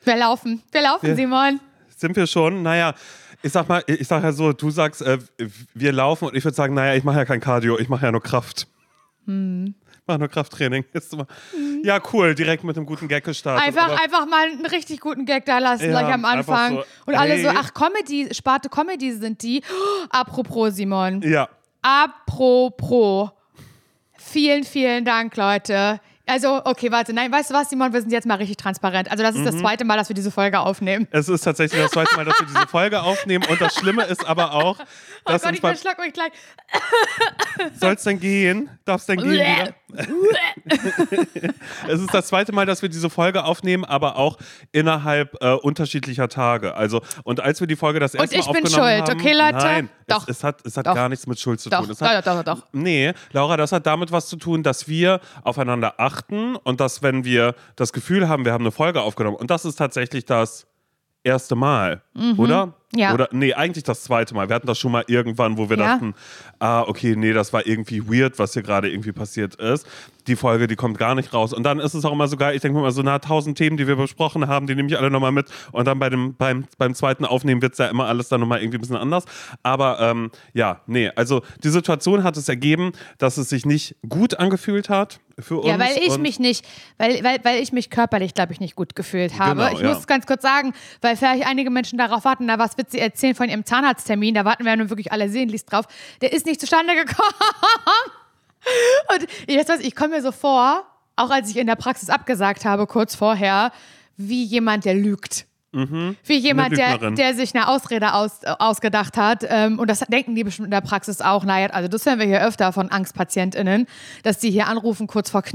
Wir laufen, Simon. Sind wir schon? Naja, ich sag ja so, du sagst, wir laufen und ich würde sagen, naja, ich mache ja kein Cardio, ich mache ja nur Kraft. Ich mache nur Krafttraining. Ja, cool, direkt mit einem guten Gag gestartet. Einfach mal einen richtig guten Gag da lassen, gleich am Anfang. So, und alle so, ach, Sparte Comedy sind die. Apropos, Simon. Ja. Apropos. Vielen, vielen Dank, Leute. Also, okay, warte, nein, weißt du was, Simon, wir sind jetzt mal richtig transparent. Also das ist das zweite Mal, dass wir diese Folge aufnehmen. Es ist tatsächlich das zweite Mal, dass wir diese Folge aufnehmen und das Schlimme ist aber auch, dass oh Gott, ich verschluck mich gleich. Soll's denn gehen? Darf's denn gehen wieder? Es ist das zweite Mal, dass wir diese Folge aufnehmen, aber auch innerhalb unterschiedlicher Tage. Also, und als wir die Folge das erste Mal aufgenommen haben... Und ich bin schuld, okay, Leute? Nein, doch. Es hat gar nichts mit Schuld zu tun. Doch. Nee, Laura, das hat damit was zu tun, dass wir aufeinander achten und dass, wenn wir das Gefühl haben, wir haben eine Folge aufgenommen, und das ist tatsächlich das erste Mal, oder? Ja. Oder, nee, eigentlich das zweite Mal. Wir hatten das schon mal irgendwann, wo wir dachten, okay, nee, das war irgendwie weird, was hier gerade irgendwie passiert ist. Die Folge, die kommt gar nicht raus. Und dann ist es auch immer so geil, ich denke mir immer so, 1000 Themen, die wir besprochen haben, die nehme ich alle nochmal mit. Und dann beim zweiten Aufnehmen wird es ja immer alles dann nochmal irgendwie ein bisschen anders. Aber also die Situation hat es ergeben, dass es sich nicht gut angefühlt hat für uns. Ja, weil ich mich körperlich, glaube ich, nicht gut gefühlt habe. Genau, ich muss ganz kurz sagen, weil vielleicht einige Menschen darauf warten, na, was wird sie erzählen von ihrem Zahnarzttermin? Da warten wir ja nun wirklich alle sehnlichst drauf. Der ist nicht zustande gekommen. Und ich komme mir so vor, auch als ich in der Praxis abgesagt habe, kurz vorher, wie jemand, der lügt. Wie jemand, der sich eine Ausrede ausgedacht hat. Und das denken die bestimmt in der Praxis auch. Naja, also das hören wir hier öfter von AngstpatientInnen, dass die hier anrufen, kurz vor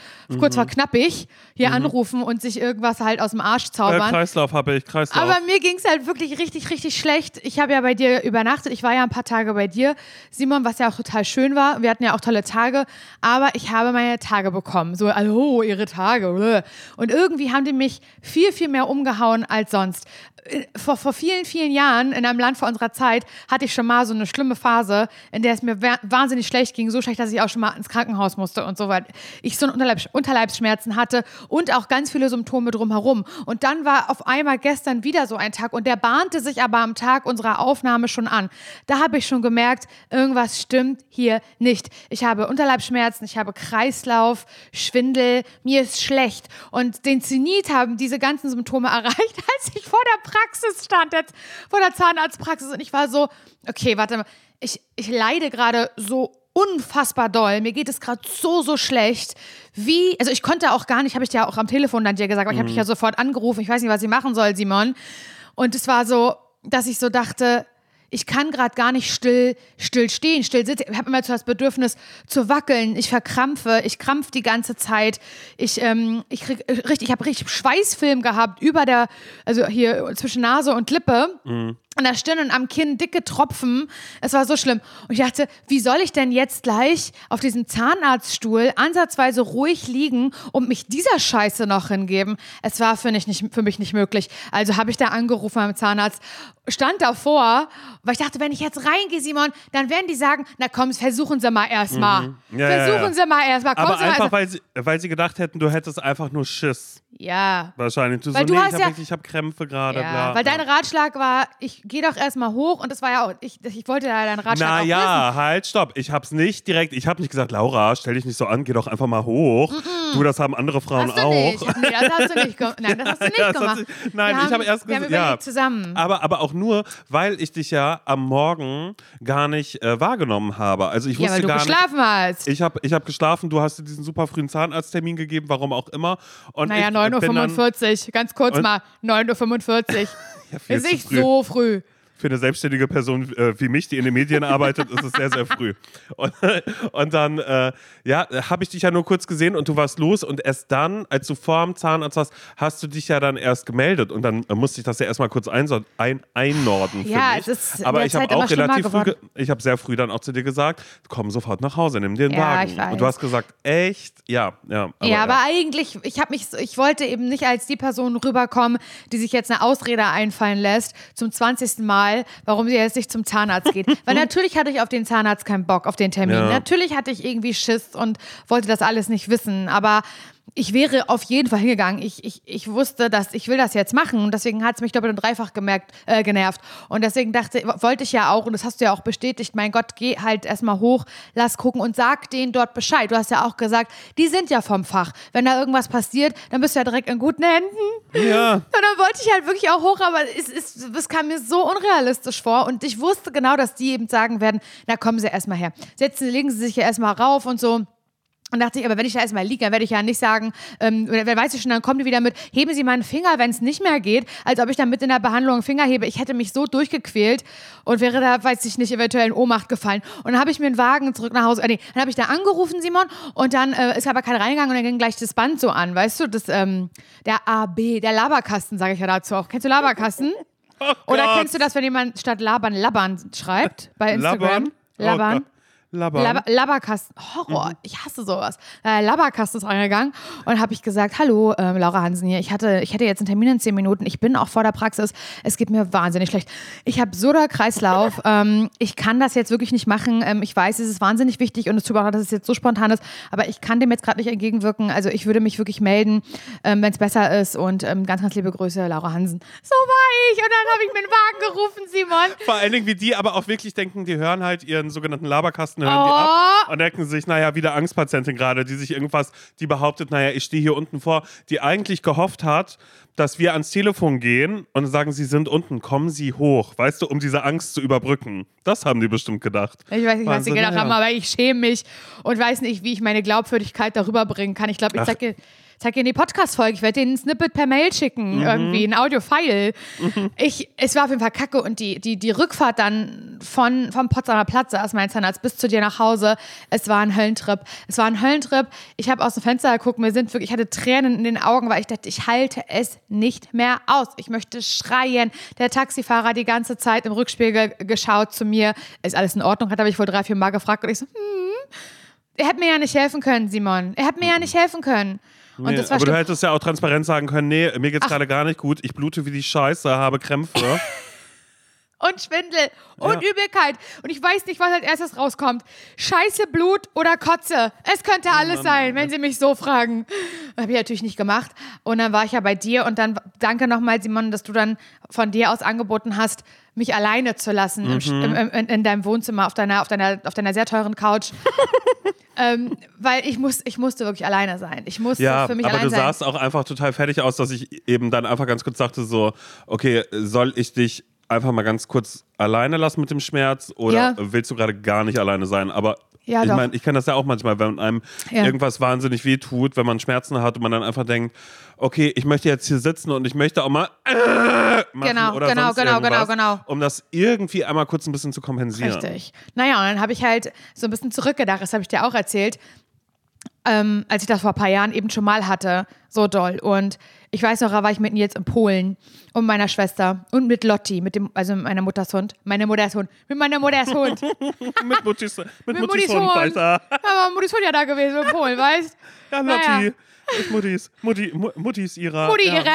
knappig, hier anrufen und sich irgendwas halt aus dem Arsch zaubern. Kreislauf. Aber mir ging es halt wirklich richtig, richtig schlecht. Ich habe ja bei dir übernachtet. Ich war ja ein paar Tage bei dir, Simon, was ja auch total schön war. Wir hatten ja auch tolle Tage. Aber ich habe meine Tage bekommen. So, also, ihre Tage. Und irgendwie haben die mich viel, viel mehr umgehauen als sonst. Vor vielen, vielen Jahren in einem Land vor unserer Zeit hatte ich schon mal so eine schlimme Phase, in der es mir wahnsinnig schlecht ging, so schlecht, dass ich auch schon mal ins Krankenhaus musste und so, weil ich so Unterleibsschmerzen hatte und auch ganz viele Symptome drumherum. Und dann war auf einmal gestern wieder so ein Tag und der bahnte sich aber am Tag unserer Aufnahme schon an. Da habe ich schon gemerkt, irgendwas stimmt hier nicht. Ich habe Unterleibsschmerzen, ich habe Kreislauf, Schwindel, mir ist schlecht. Und den Zenit haben diese ganzen Symptome erreicht, als ich vor der Praxis stand, jetzt vor der Zahnarztpraxis, und ich war so, okay, warte mal, ich leide gerade so unfassbar doll, mir geht es gerade so schlecht, also ich konnte auch gar nicht, habe ich dir auch am Telefon dann dir gesagt, aber ich habe dich ja sofort angerufen, ich weiß nicht, was ich machen soll, Simon, und es war so, dass ich so dachte, ich kann gerade gar nicht still stehen, still sitzen. Ich habe immer das Bedürfnis zu wackeln. Ich krampfe die ganze Zeit. Ich habe richtig Schweißfilm gehabt also hier zwischen Nase und Lippe. An der Stirn und am Kinn dicke Tropfen. Es war so schlimm. Und ich dachte, wie soll ich denn jetzt gleich auf diesem Zahnarztstuhl ansatzweise ruhig liegen und mich dieser Scheiße noch hingeben? Es war für mich nicht möglich. Also habe ich da angerufen beim Zahnarzt, stand davor, weil ich dachte, wenn ich jetzt reingehe, Simon, dann werden die sagen, na komm, versuchen Sie mal erstmal. Versuchen Sie mal erstmal. Aber einfach, weil sie gedacht hätten, du hättest einfach nur Schiss. Ja. Wahrscheinlich. Du weil so, ich habe Krämpfe gerade. Ja, bla. Weil dein Ratschlag war, ich gehe doch erstmal hoch, und das war ja auch, ich wollte ja deinen Ratschlag auch wissen. Halt, stopp. Ich habe nicht gesagt, Laura, stell dich nicht so an, geh doch einfach mal hoch. Du, das haben andere Frauen hast du auch. Nicht. Nee, das hast du nicht gemacht. Nein, das hast du nicht gemacht. Ich habe erst gesagt, wir haben überlegt zusammen. Aber auch nur, weil ich dich ja am Morgen gar nicht wahrgenommen habe. Also ich wusste gar nicht. Ja, weil du geschlafen hast. Ich hab geschlafen, du hast dir diesen super frühen Zahnarzttermin gegeben, warum auch immer. Und 9:45 Uhr, ganz kurz mal, 9:45 Uhr. Ja, ist nicht so früh. Für eine selbstständige Person wie mich, die in den Medien arbeitet, ist es sehr, sehr früh. Und dann, habe ich dich ja nur kurz gesehen und du warst los, und erst dann, als du vor dem Zahnarzt warst, hast du dich ja dann erst gemeldet, und dann musste ich das ja erstmal kurz einnorden es ist aber ich habe auch ich habe sehr früh dann auch zu dir gesagt, komm sofort nach Hause, nimm dir einen Wagen. Ich weiß. Und du hast gesagt, echt? Aber eigentlich, ich wollte eben nicht als die Person rüberkommen, die sich jetzt eine Ausrede einfallen lässt, zum 20. Mal, warum sie jetzt nicht zum Zahnarzt geht. Weil natürlich hatte ich auf den Zahnarzt keinen Bock, auf den Termin. Ja. Natürlich hatte ich irgendwie Schiss und wollte das alles nicht wissen. Aber ich wäre auf jeden Fall hingegangen. Ich wusste, dass ich will das jetzt machen und deswegen hat es mich doppelt und dreifach genervt. Und deswegen wollte ich ja auch, und das hast du ja auch bestätigt, mein Gott, geh halt erstmal hoch, lass gucken und sag denen dort Bescheid. Du hast ja auch gesagt, die sind ja vom Fach. Wenn da irgendwas passiert, dann bist du ja direkt in guten Händen. Ja. Und dann wollte ich halt wirklich auch hoch, aber es kam mir so unrealistisch vor und ich wusste genau, dass die eben sagen werden, na kommen Sie erstmal her. Legen Sie sich ja erstmal rauf und so. Und dachte ich, aber wenn ich da erstmal liege, dann werde ich ja nicht sagen, wer weiß ich schon, dann kommen die wieder mit, heben Sie meinen Finger, wenn es nicht mehr geht, als ob ich dann mit in der Behandlung einen Finger hebe. Ich hätte mich so durchgequält und wäre da, weiß ich nicht, eventuell in Ohnmacht gefallen. Und dann habe ich mir einen Wagen zurück nach Hause, dann habe ich da angerufen, Simon, und dann ist aber keiner reingegangen und dann ging gleich das Band so an, weißt du, der AB, der Laberkasten, sage ich ja dazu auch. Kennst du Laberkasten? Oh Oder kennst du das, wenn jemand statt Labern schreibt bei Instagram? Labern? Laberkasten, Horror, ich hasse sowas. Laberkasten ist reingegangen und habe ich gesagt, hallo, Laura Hansen hier, ich hätte jetzt einen Termin in 10 Minuten, ich bin auch vor der Praxis, es geht mir wahnsinnig schlecht. Ich habe so der Kreislauf, ich kann das jetzt wirklich nicht machen, ich weiß, es ist wahnsinnig wichtig und es tut mir auch leid, dass es jetzt so spontan ist, aber ich kann dem jetzt gerade nicht entgegenwirken, also ich würde mich wirklich melden, wenn es besser ist und ganz, ganz liebe Grüße, Laura Hansen. So war ich und dann habe ich mir einen Wagen gerufen, Simon. Vor allen Dingen, wie die aber auch wirklich denken, die hören halt ihren sogenannten Laberkasten, hören die ab und denken sich, naja, wieder Angstpatientin gerade, die behauptet, naja, ich stehe hier unten vor, die eigentlich gehofft hat, dass wir ans Telefon gehen und sagen, sie sind unten, kommen sie hoch, weißt du, um diese Angst zu überbrücken. Das haben die bestimmt gedacht. Ich weiß nicht, was sie gedacht haben, aber ich schäme mich und weiß nicht, wie ich meine Glaubwürdigkeit darüber bringen kann. Ich glaube, ich zeig dir in die Podcast-Folge. Ich werde dir ein Snippet per Mail schicken, irgendwie, ein Audio-File. Es war auf jeden Fall kacke und die Rückfahrt dann vom Potsdamer Platz aus meinem Zahnarzt bis zu dir nach Hause, es war ein Höllentrip. Ich habe aus dem Fenster geguckt, ich hatte Tränen in den Augen, weil ich dachte, ich halte es nicht mehr aus. Ich möchte schreien. Der Taxifahrer hat die ganze Zeit im Rückspiegel geschaut zu mir. Ist alles in Ordnung? Hat er mich wohl 3-4 Mal gefragt und ich so, er hätte mir ja nicht helfen können, Simon. Er hat mir ja nicht helfen können. Und Nee, das war aber du hättest ja auch transparent sagen können, nee, mir geht's gerade gar nicht gut, ich blute wie die Scheiße, habe Krämpfe. Und Schwindel und Übelkeit. Und ich weiß nicht, was als erstes rauskommt. Scheiße, Blut oder Kotze. Es könnte alles sein, wenn Sie mich so fragen. Habe ich natürlich nicht gemacht. Und dann war ich ja bei dir und dann danke nochmal, Simon, dass du dann von dir aus angeboten hast, mich alleine zu lassen in deinem Wohnzimmer auf deiner sehr teuren Couch. Weil ich musste wirklich alleine sein. Ich musste für mich alleine sein. Aber du sahst auch einfach total fertig aus, dass ich eben dann einfach ganz kurz sagte so, okay, soll ich dich einfach mal ganz kurz alleine lassen mit dem Schmerz oder willst du gerade gar nicht alleine sein? Aber ich meine, ich kenne das ja auch manchmal, wenn einem irgendwas wahnsinnig weh tut, wenn man Schmerzen hat und man dann einfach denkt, okay, ich möchte jetzt hier sitzen und ich möchte auch mal machen genau. um das irgendwie einmal kurz ein bisschen zu kompensieren. Richtig. Naja, und dann habe ich halt so ein bisschen zurückgedacht, das habe ich dir auch erzählt, als ich das vor ein paar Jahren eben schon mal hatte, so doll. Und ich weiß noch, da war ich mit Nils in Polen und meiner Schwester und mit Lotti, mit meiner Mutters Hund. Mit meiner Mutters Hund. mit Muttis Hund, Alter. Aber Muttis Hund ja da gewesen in Polen, weißt? Ja, Lotti. Naja. Muttis ihrer. Mutti ihrer.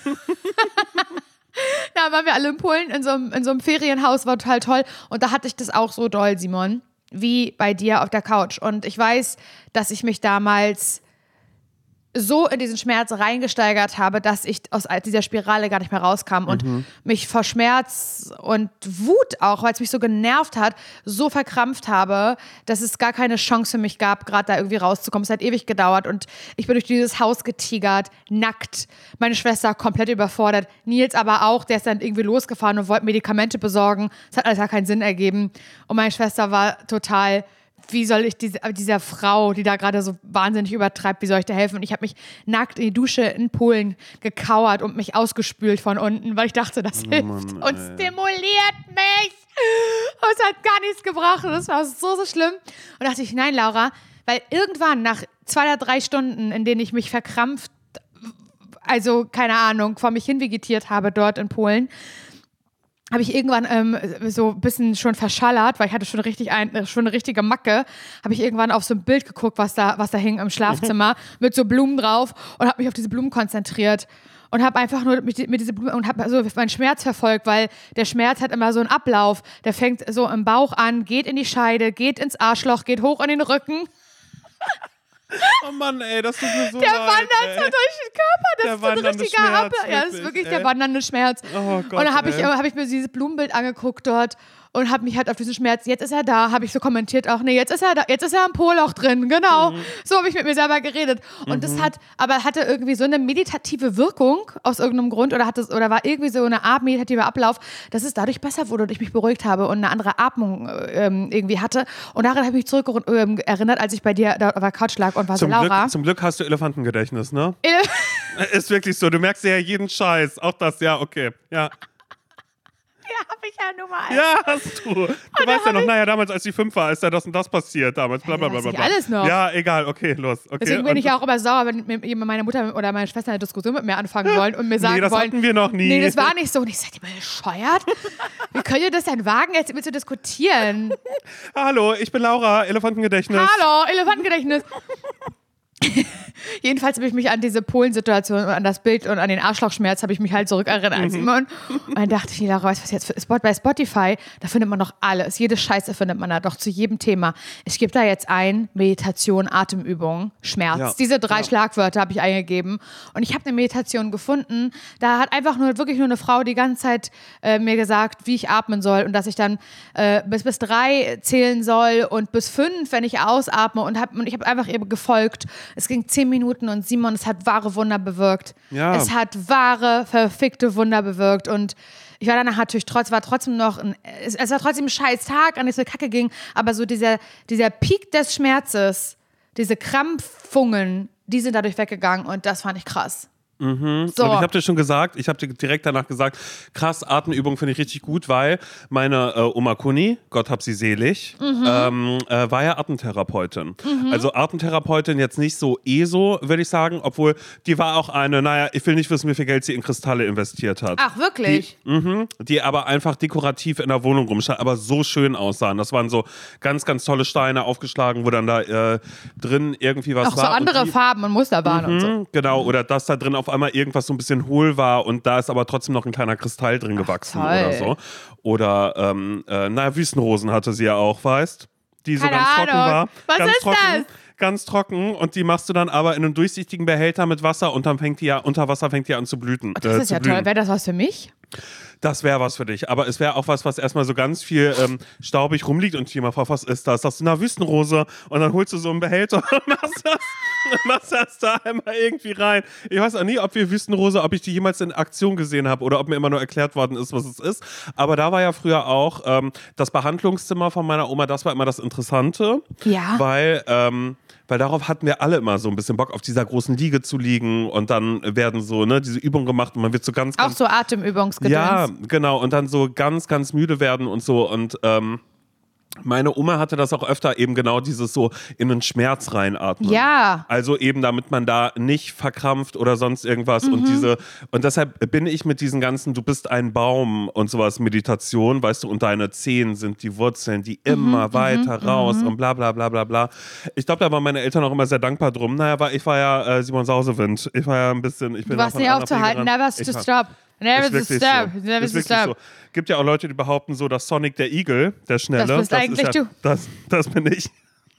Da waren wir alle in Polen in so einem Ferienhaus, war total toll. Und da hatte ich das auch so doll, Simon, wie bei dir auf der Couch. Und ich weiß, dass ich mich damals so in diesen Schmerz reingesteigert habe, dass ich aus dieser Spirale gar nicht mehr rauskam und mich vor Schmerz und Wut auch, weil es mich so genervt hat, so verkrampft habe, dass es gar keine Chance für mich gab, gerade da irgendwie rauszukommen. Es hat ewig gedauert und ich bin durch dieses Haus getigert, nackt. Meine Schwester komplett überfordert. Nils aber auch, der ist dann irgendwie losgefahren und wollte Medikamente besorgen. Es hat alles gar keinen Sinn ergeben. Und meine Schwester war total... Wie soll ich dieser Frau, die da gerade so wahnsinnig übertreibt, wie soll ich da helfen? Und ich habe mich nackt in die Dusche in Polen gekauert und mich ausgespült von unten, weil ich dachte, das hilft und stimuliert mich. Und es hat gar nichts gebracht und das war so schlimm. Und dachte ich, nein, Laura, weil irgendwann nach 2 oder 3 Stunden, in denen ich mich verkrampft, also keine Ahnung, vor mich hin vegetiert habe dort in Polen, habe ich irgendwann so ein bisschen schon verschallert, weil ich hatte schon eine richtige Macke, habe ich irgendwann auf so ein Bild geguckt, was da hing im Schlafzimmer mit so Blumen drauf und habe mich auf diese Blumen konzentriert und habe einfach nur mit diese Blumen und habe so meinen Schmerz verfolgt, weil der Schmerz hat immer so einen Ablauf, der fängt so im Bauch an, geht in die Scheide, geht ins Arschloch, geht hoch in den Rücken. Oh Mann, ey, das tut mir so Der leid, wandert so durch den Körper. Das Der ist so ein wandernde richtiger Schmerz, Ja, das ist wirklich ey. der wandernde Schmerz. Oh Gott, und dann habe ey. ich mir dieses Blumenbild angeguckt dort und habe mich halt auf diesen Schmerz, jetzt ist er da, habe ich so kommentiert auch, nee, jetzt ist er da, jetzt ist er am Po-Loch drin, genau. So habe ich mit mir selber geredet. Und das hatte irgendwie so eine meditative Wirkung aus irgendeinem Grund oder war irgendwie so eine Art meditativer Ablauf, dass es dadurch besser wurde und ich mich beruhigt habe und eine andere Atmung irgendwie hatte. Und daran habe ich mich zurück erinnert, als ich bei dir da auf der Couch lag und war Laura. Zum Glück hast du Elefantengedächtnis, ne? Ist wirklich so, du merkst ja jeden Scheiß. Auch das, ja, okay. Ja. Ja, hab ich ja nun mal. Ja, hast du. Du weißt ja noch, naja, damals, als die 5 war, ist ja das und das passiert damals. Blablabla. Ja, das weiß ich alles noch. Ja, egal, okay, los. Okay. Deswegen bin ich auch immer sauer, wenn meine Mutter oder meine Schwester eine Diskussion mit mir anfangen wollen und mir sagen nee, das wollen. hatten wir noch nie. Nee, das war nicht so. Und ich sag, ihr mal bescheuert? Wie könnt ihr das denn wagen, jetzt mit zu diskutieren? Hallo, ich bin Laura, Elefantengedächtnis. Hallo, Elefantengedächtnis. Jedenfalls habe ich mich an diese Polen-Situation und an das Bild und an den Arschlochschmerz habe ich mich halt zurückerinnert, Simon. Und dann dachte ich, Laura, weißt du was jetzt bei Spotify, da findet man doch alles. Jede Scheiße findet man da doch zu jedem Thema. Ich gebe da jetzt ein, Meditation, Atemübung, Schmerz. Ja. Diese 3 Schlagwörter habe ich eingegeben. Und ich habe eine Meditation gefunden, da hat einfach wirklich nur eine Frau die ganze Zeit mir gesagt, wie ich atmen soll und dass ich dann bis 3 zählen soll und bis 5, wenn ich ausatme und ich habe einfach ihr gefolgt. Es ging 10 Minuten und Simon, es hat wahre Wunder bewirkt. Ja. Es hat wahre, verfickte Wunder bewirkt und ich war danach natürlich es war trotzdem ein scheiß Tag, an dem es so kacke ging, aber so dieser Peak des Schmerzes, diese Krampfungen, die sind dadurch weggegangen und das fand ich krass. So. Und ich habe dir schon gesagt, ich habe dir direkt danach gesagt, krass, Atemübung finde ich richtig gut, weil meine Oma Kuni, Gott hab sie selig, war ja Atemtherapeutin. Also Atemtherapeutin jetzt nicht so ESO, würde ich sagen, obwohl die war auch ich will nicht wissen, wie viel Geld sie in Kristalle investiert hat. Ach, wirklich? Die aber einfach dekorativ in der Wohnung rumstanden, aber so schön aussahen. Das waren so ganz, ganz tolle Steine aufgeschlagen, wo dann da drin irgendwie was auch war. Auch so andere Farben und Muster waren und so. Genau, oder dass da drin auf einmal irgendwas so ein bisschen hohl war und da ist aber trotzdem noch ein kleiner Kristall drin gewachsen oder so. Oder, Wüstenrosen hatte sie ja auch, weißt? Die so ganz trocken war. Was ganz ist trocken, das? Ganz trocken und die machst du dann aber in einem durchsichtigen Behälter mit Wasser und dann unter Wasser fängt die an zu blüten. Das ist ja toll. Wäre das was für mich? Das wäre was für dich. Aber es wäre auch was erstmal so ganz viel staubig rumliegt und jemand fragt, was ist das? Das ist eine Wüstenrose. Und dann holst du so einen Behälter und machst das da einmal irgendwie rein. Ich weiß auch nie, ob ich die jemals in Aktion gesehen habe oder ob mir immer nur erklärt worden ist, was es ist. Aber da war ja früher auch das Behandlungszimmer von meiner Oma, das war immer das Interessante. Ja. Weil darauf hatten wir alle immer so ein bisschen Bock, auf dieser großen Liege zu liegen und dann werden so diese Übungen gemacht und man wird so ganz auch so Atemübungsgedöns. Ja, genau. Und dann so ganz, ganz müde werden und so. Und meine Oma hatte das auch öfter eben genau dieses so in den Schmerz reinatmen. Ja. Also eben, damit man da nicht verkrampft oder sonst irgendwas. Und deshalb bin ich mit diesen ganzen, du bist ein Baum und sowas, Meditation, weißt du, und deine Zehen sind die Wurzeln, die immer weiter raus und bla bla bla bla bla. Ich glaube, da waren meine Eltern auch immer sehr dankbar drum. Naja, ich war ja Simon Sausewind. Ich war ja ein bisschen, Du warst nicht aufzuhalten, never to stop. Never to stop. Never to stop. Gibt ja auch Leute, die behaupten so, dass Sonic der Igel, der Schnelle. Das bist eigentlich du. Das bin ich.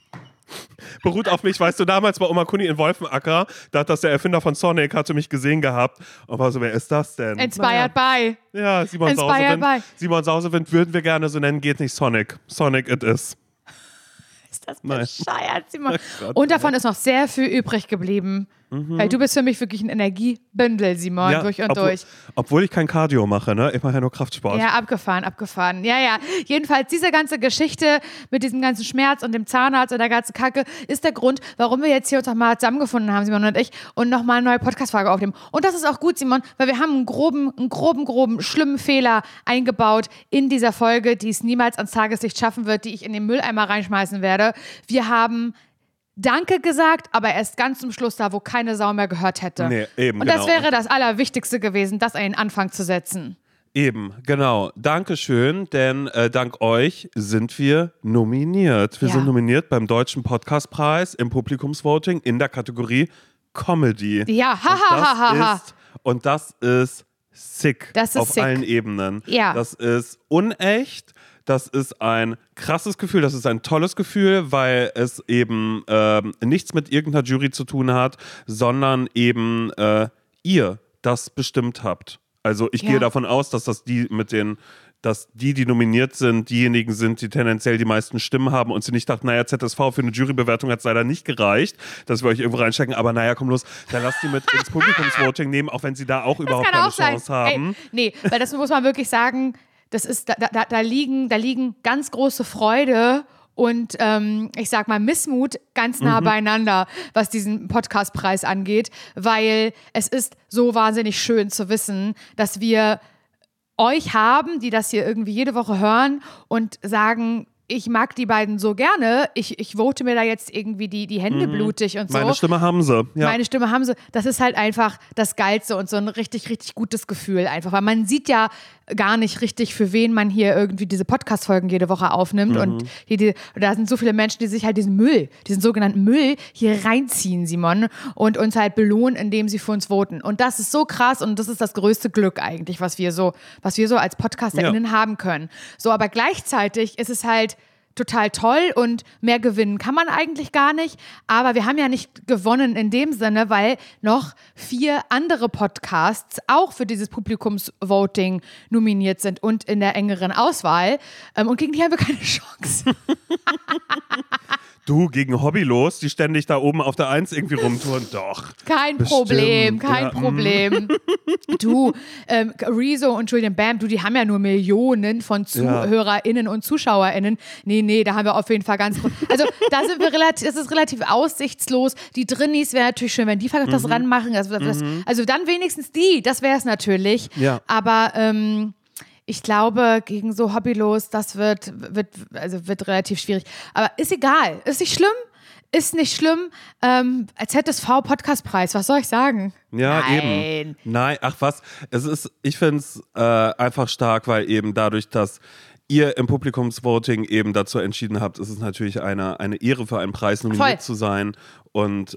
Beruht auf mich, weißt du, damals bei Oma Kuni in Wolfenacker, da hat das der Erfinder von Sonic, hatte mich gesehen gehabt und war so, wer ist das denn? Inspired by. Ja, Simon Sausewind. Simon Sausewind würden wir gerne so nennen, geht nicht Sonic. Sonic it is. Ist das bescheuert, Simon. Und davon ist noch sehr viel übrig geblieben. Weil du bist für mich wirklich ein Energiebündel, Simon, ja, durch und durch. Obwohl ich kein Cardio mache, ne? Ich mache ja nur Kraftsport. Ja, abgefahren. Ja. Jedenfalls, diese ganze Geschichte mit diesem ganzen Schmerz und dem Zahnarzt und der ganzen Kacke ist der Grund, warum wir jetzt hier uns nochmal zusammengefunden haben, Simon und ich, und nochmal eine neue Podcast-Frage aufnehmen. Und das ist auch gut, Simon, weil wir haben einen groben, schlimmen Fehler eingebaut in dieser Folge, die es niemals ans Tageslicht schaffen wird, die ich in den Mülleimer reinschmeißen werde. Wir haben Danke gesagt, aber erst ganz zum Schluss da, wo keine Sau mehr gehört hätte. Nee, eben, und das wäre das Allerwichtigste gewesen, das an den Anfang zu setzen. Eben, genau. Dankeschön, denn dank euch sind wir nominiert. Wir sind nominiert beim Deutschen Podcastpreis im Publikumsvoting in der Kategorie Comedy. Ja, und das ist sick. Das ist auf sick. allen Ebenen. Ja. Das ist unecht. Das ist ein krasses Gefühl, das ist ein tolles Gefühl, weil es eben nichts mit irgendeiner Jury zu tun hat, sondern eben ihr das bestimmt habt. Also ich gehe davon aus, dass die nominiert sind, diejenigen sind, die tendenziell die meisten Stimmen haben und sie nicht dachten, naja, ZSV für eine Jurybewertung hat es leider nicht gereicht, dass wir euch irgendwo reinstecken, aber naja, komm los, dann lasst die mit ins Publikumsvoting nehmen, auch wenn sie da auch überhaupt keine Chance haben. Ey, nee, weil das muss man wirklich sagen, das ist, da liegen ganz große Freude und ich sag mal Missmut ganz nah beieinander, was diesen Podcastpreis angeht, weil es ist so wahnsinnig schön zu wissen, dass wir euch haben, die das hier irgendwie jede Woche hören und sagen, ich mag die beiden so gerne, ich vote mir da jetzt irgendwie die Hände blutig und so. Meine Stimme haben sie. Ja. Meine Stimme haben sie. Das ist halt einfach das Geilste und so ein richtig, richtig gutes Gefühl einfach, weil man sieht ja gar nicht richtig, für wen man hier irgendwie diese Podcast-Folgen jede Woche aufnimmt und da sind so viele Menschen, die sich halt diesen sogenannten Müll hier reinziehen, Simon, und uns halt belohnen, indem sie für uns voten. Und das ist so krass und das ist das größte Glück eigentlich, was wir so als PodcasterInnen haben können. So, aber gleichzeitig ist es halt total toll und mehr gewinnen kann man eigentlich gar nicht, aber wir haben ja nicht gewonnen in dem Sinne, weil noch 4 andere Podcasts auch für dieses Publikumsvoting nominiert sind und in der engeren Auswahl und gegen die haben wir keine Chance. Du, gegen Hobbylos, die ständig da oben auf der 1 irgendwie rumtouren, doch. Kein Problem. Du, Rezo und Julian Bam, die haben ja nur Millionen von ZuhörerInnen und ZuschauerInnen. Nee, da haben wir auf jeden Fall also da sind wir das ist relativ aussichtslos. Die Drinnies wäre natürlich schön, wenn die vielleicht das ranmachen. Also dann wenigstens das wäre es natürlich. Ja. Aber ich glaube, gegen so Hobbylos, das wird relativ schwierig. Aber ist egal. Ist nicht schlimm. Als ZSV-Podcastpreis, was soll ich sagen? Ja, Nein. Eben. Nein, ach was. Ich finde es einfach stark, weil eben dadurch, dass ihr im Publikumsvoting eben dazu entschieden habt, ist es natürlich eine Ehre für einen Preis nominiert zu sein. Und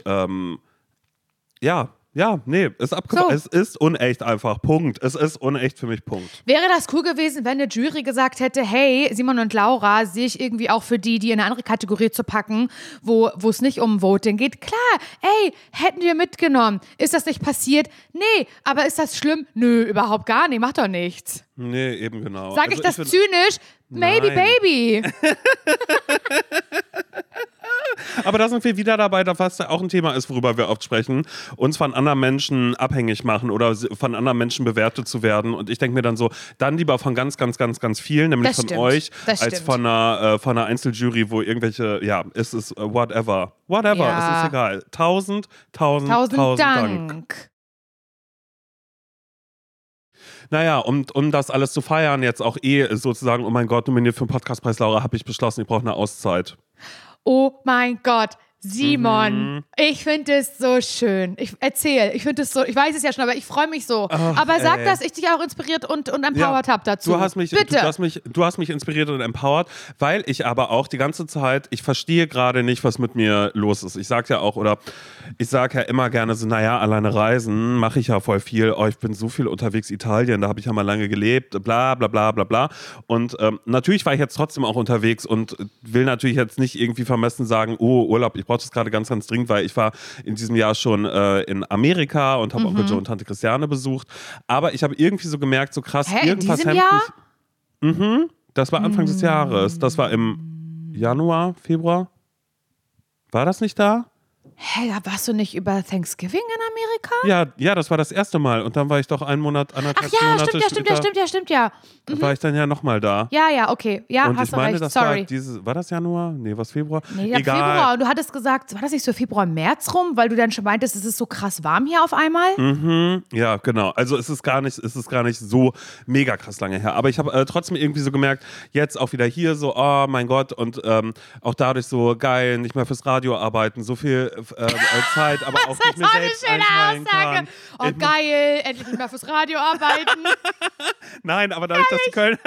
es ist unecht einfach, Punkt. Es ist unecht für mich, Punkt. Wäre das cool gewesen, wenn eine Jury gesagt hätte, hey, Simon und Laura, sehe ich irgendwie auch für die in eine andere Kategorie zu packen, wo es nicht um Voting geht? Klar, ey, hätten wir mitgenommen. Ist das nicht passiert? Nee, aber ist das schlimm? Nö, überhaupt gar nicht, macht doch nichts. Nee, eben genau. Sag ich das zynisch? Maybe, baby. Aber da sind wir wieder dabei, was auch ein Thema ist, worüber wir oft sprechen, uns von anderen Menschen abhängig machen oder von anderen Menschen bewertet zu werden. Und ich denke mir dann so, dann lieber von ganz, ganz, ganz, ganz vielen, nämlich von euch, als von einer Einzeljury, wo irgendwelche, es ist whatever. Whatever, es ist egal. Tausend Dank. Naja, um das alles zu feiern, jetzt auch sozusagen, oh mein Gott, nominiert für den Podcastpreis, Laura, habe ich beschlossen, ich brauche eine Auszeit. Oh mein Gott, Simon, ich finde es so schön. Ich finde es so, ich weiß es ja schon, aber ich freue mich so. Aber sag, dass ich dich auch inspiriert und empowered habe dazu. Du hast mich inspiriert und empowered, weil ich aber auch die ganze Zeit, ich verstehe gerade nicht, was mit mir los ist. Ich sage ja immer gerne so, naja, alleine reisen mache ich ja voll viel. Oh, ich bin so viel unterwegs, Italien, da habe ich ja mal lange gelebt, bla bla bla bla bla. Und natürlich war ich jetzt trotzdem auch unterwegs und will natürlich jetzt nicht irgendwie vermessen sagen, oh, Urlaub, ich brauche das gerade ganz, ganz dringend, weil ich war in diesem Jahr schon in Amerika und habe Onkel Joe und Tante Christiane besucht. Aber ich habe irgendwie so gemerkt, so krass, irgendwas in diesem Jahr? Das war Anfang des Jahres. Das war im Januar, Februar. War das nicht da? Hä, warst du nicht über Thanksgiving in Amerika? Ja, das war das erste Mal. Und dann war ich doch anderthalb Monate Stimmt, ja. War ich dann ja nochmal da. Ja, okay. Ja, und hast du recht, sorry. War das Januar? Nee, was Februar? Nee, egal. Februar. Und du hattest gesagt, war das nicht so Februar, März rum? Weil du dann schon meintest, es ist so krass warm hier auf einmal? Ja, genau. Also es ist gar nicht so mega krass lange her. Aber ich habe trotzdem irgendwie so gemerkt, jetzt auch wieder hier so, oh mein Gott. Und auch dadurch so geil, nicht mehr fürs Radio arbeiten, so viel Zeit, aber auch nicht mehr selbst einteilen kann. Oh geil, endlich nicht mehr fürs Radio arbeiten. Nein, aber dadurch, dass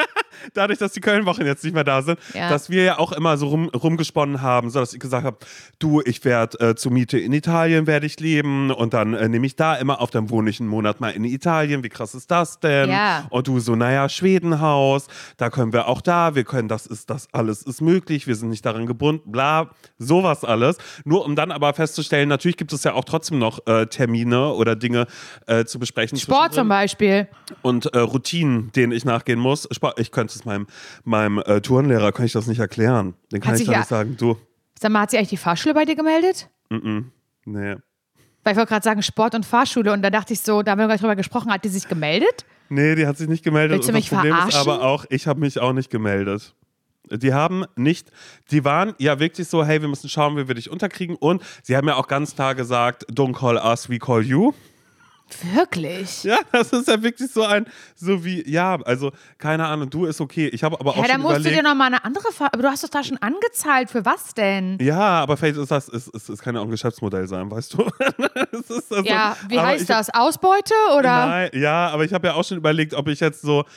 dadurch, dass die Köln-Wochen jetzt nicht mehr da sind, dass wir ja auch immer so rumgesponnen haben, so dass ich gesagt habe, du, ich werde zur Miete in Italien werde ich leben und dann nehme ich da immer auf, dann wohne ich einen Monat mal in Italien, wie krass ist das denn? Ja. Und du so, naja, Schwedenhaus, da können wir auch wir können, das alles ist möglich, wir sind nicht daran gebunden, bla, sowas alles. Nur um dann aber festzustellen, natürlich gibt es ja auch trotzdem noch Termine oder Dinge zu besprechen. Sport zum Beispiel. Und Routinen, denen ich nachgehen muss. Ich könnte es meinem Turnlehrer, kann ich das nicht erklären. Den kann ich dann nicht sagen, du. Sag mal, hat sie eigentlich die Fahrschule bei dir gemeldet? Nee. Weil ich wollte gerade sagen, Sport und Fahrschule und da dachte ich so, da haben wir gerade drüber gesprochen, hat die sich gemeldet? Nee, die hat sich nicht gemeldet. Willst du mich Problem verarschen? ist aber auch, ich habe mich auch nicht gemeldet. Die waren ja wirklich so, hey, wir müssen schauen, wie wir dich unterkriegen. Und sie haben ja auch ganz klar gesagt, don't call us, we call you. Wirklich? Ja, das ist ja wirklich also keine Ahnung, du ist okay. Ich habe aber auch schon dann musst überlegt, du dir nochmal eine andere aber du hast doch da schon angezahlt, für was denn? Ja, aber vielleicht ist es kann ja auch ein Geschäftsmodell sein, weißt du? Ja, wie heißt das? Ausbeute oder? Nein, ja, aber ich habe ja auch schon überlegt, ob ich jetzt so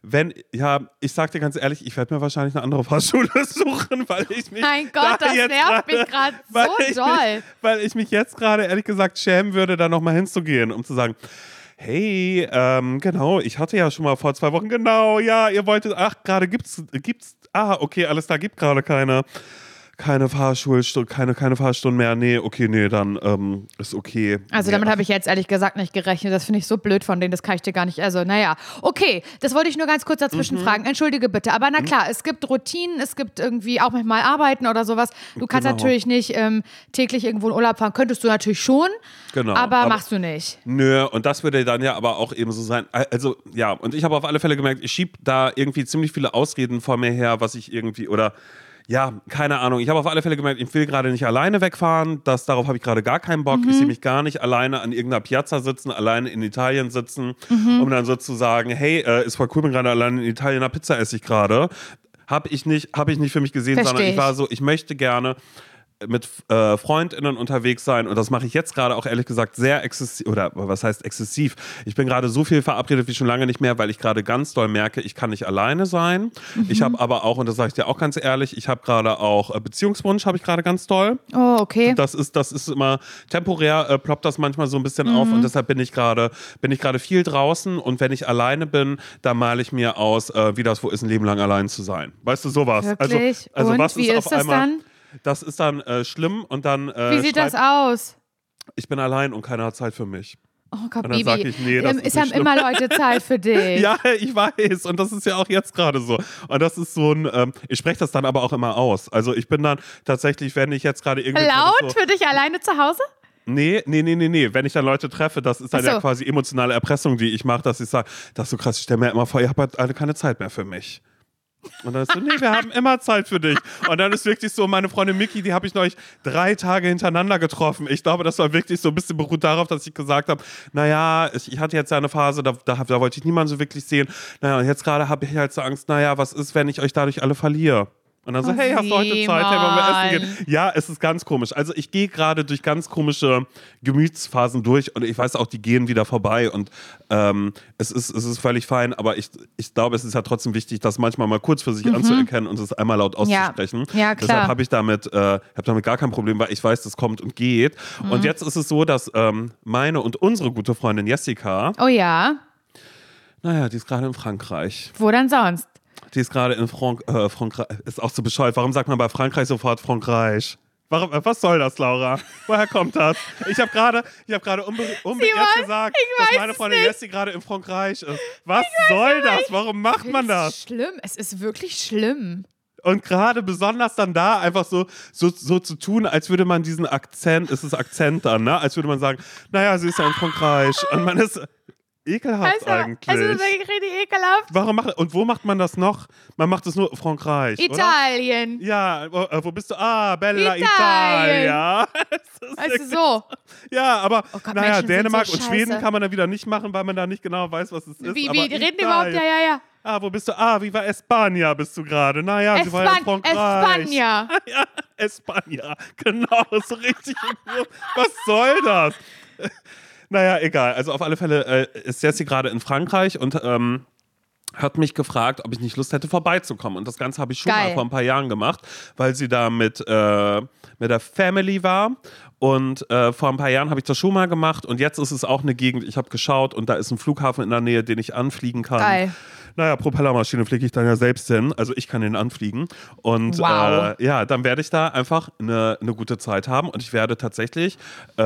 ich sag dir ganz ehrlich, ich werde mir wahrscheinlich eine andere Fahrschule suchen, weil ich mich. Mein Gott, das nervt mich gerade so doll. Weil ich mich jetzt gerade ehrlich gesagt schämen würde, da nochmal hinzugehen, um zu sagen, hey, genau, ich hatte ja schon mal vor 2 Wochen, genau, ja, ihr wolltet, gerade gibt's, okay, alles da, gibt gerade keine Fahrstunden mehr. Nee, okay, nee, dann ist okay. Also damit habe ich jetzt ehrlich gesagt nicht gerechnet. Das finde ich so blöd von denen, das kann ich dir gar nicht, also naja. Okay, das wollte ich nur ganz kurz dazwischen fragen. Entschuldige bitte, aber na klar, es gibt Routinen, es gibt irgendwie auch manchmal Arbeiten oder sowas. Du kannst natürlich nicht täglich irgendwo in Urlaub fahren. Könntest du natürlich schon, aber machst du nicht. Nö, und das würde dann ja aber auch eben so sein. Also ja, und ich habe auf alle Fälle gemerkt, ich schiebe da irgendwie ziemlich viele Ausreden vor mir her, was ich irgendwie ja, keine Ahnung. Ich habe auf alle Fälle gemerkt, ich will gerade nicht alleine wegfahren. Darauf habe ich gerade gar keinen Bock. Ich sehe mich gar nicht alleine an irgendeiner Piazza sitzen, alleine in Italien sitzen, um dann so zu sagen, hey, ist voll cool, bin gerade alleine in Italien, eine Pizza esse ich gerade. Hab ich nicht für mich gesehen, sondern ich war so, ich möchte gerne mit FreundInnen unterwegs sein und das mache ich jetzt gerade auch ehrlich gesagt sehr exzessiv, oder was heißt exzessiv? Ich bin gerade so viel verabredet wie schon lange nicht mehr, weil ich gerade ganz doll merke, ich kann nicht alleine sein. Ich habe aber auch, und das sage ich dir auch ganz ehrlich, ich habe gerade auch Beziehungswunsch, habe ich gerade ganz doll. Oh, okay. Das ist immer temporär, ploppt das manchmal so ein bisschen auf und deshalb bin ich gerade viel draußen und wenn ich alleine bin, dann male ich mir aus, wie das wo ist, ein Leben lang allein zu sein. Weißt du, sowas. Wirklich? Also und was wie ist auf das einmal, dann? das ist dann schlimm und dann. Wie sieht das aus? Ich bin allein und keiner hat Zeit für mich. Oh Gott, und dann Bibi, sag ich, nee, das ist haben schlimm. immer Leute Zeit für dich. Ja, ich weiß. Und das ist ja auch jetzt gerade so. Und das ist so ein, ich spreche das dann aber auch immer aus. Also ich bin dann tatsächlich, wenn ich jetzt gerade irgendwie. Laut für dich alleine zu Hause? Nee. Wenn ich dann Leute treffe, das ist dann ja quasi emotionale Erpressung, die ich mache, dass ich sage, das ist so krass, ich stelle mir immer vor, ihr habt halt alle keine Zeit mehr für mich. Und dann ist so, nee, wir haben immer Zeit für dich. Und dann ist wirklich so, meine Freundin Miki, die habe ich neulich 3 Tage hintereinander getroffen. Ich glaube, das war wirklich so ein bisschen beruht darauf, dass ich gesagt habe, naja, ich hatte jetzt ja eine Phase, da wollte ich niemanden so wirklich sehen. Naja, und jetzt gerade habe ich halt so Angst, naja, was ist, wenn ich euch dadurch alle verliere? Und dann so, hey, hast du heute Zeit? Hey, wollen wir essen gehen? Ja, es ist ganz komisch. Also ich gehe gerade durch ganz komische Gemütsphasen durch und ich weiß auch, die gehen wieder vorbei und es ist völlig fein, aber ich glaube, es ist ja trotzdem wichtig, das manchmal mal kurz für sich anzuerkennen und es einmal laut auszusprechen. Ja, klar. Deshalb habe ich damit gar kein Problem, weil ich weiß, das kommt und geht. Und jetzt ist es so, dass meine und unsere gute Freundin Jessica, oh ja, naja, die ist gerade in Frankreich. Wo denn sonst? Die ist gerade in Frankreich. Ist auch so bescheuert. Warum sagt man bei Frankreich sofort Frankreich? Was soll das, Laura? Woher kommt das? Ich habe gerade unbeirrt gesagt, dass meine Freundin Jessie gerade in Frankreich ist. Was soll das? Warum macht man das? Schlimm. Es ist wirklich schlimm. Und gerade besonders dann da einfach so zu tun, als würde man diesen Akzent, ist es Akzent dann, ne? Als würde man sagen, naja, sie ist ja in Frankreich. Und man ist ekelhaft eigentlich. Also das ist wirklich richtig ekelhaft. Und wo macht man das noch? Man macht es nur Frankreich, Italien. Oder? Ja, wo bist du? Bella Italien. Italia. Weißt du, so. Ja, aber Oh Gott, naja, Menschen Dänemark sind so und Schweden scheiße. kann man dann wieder nicht machen, weil man da nicht genau weiß, was es ist. Wie, aber die reden überhaupt, ja. Wo bist du? Viva España bist du gerade. Naja, sie war ja in Frankreich. España. Ja, España. Genau, so richtig. Was soll das? Naja, egal. Also auf alle Fälle ist Jessie gerade in Frankreich und hat mich gefragt, ob ich nicht Lust hätte, vorbeizukommen. Und das Ganze habe ich schon Geil. mal vor ein paar Jahren gemacht, weil sie da mit der Family war. Und vor ein paar Jahren habe ich das schon mal gemacht. Und jetzt ist es auch eine Gegend, ich habe geschaut und da ist ein Flughafen in der Nähe, den ich anfliegen kann. Geil. Naja, Propellermaschine fliege ich dann ja selbst hin. Also ich kann den anfliegen. Und Wow. dann werde ich da einfach eine gute Zeit haben. Und ich werde tatsächlich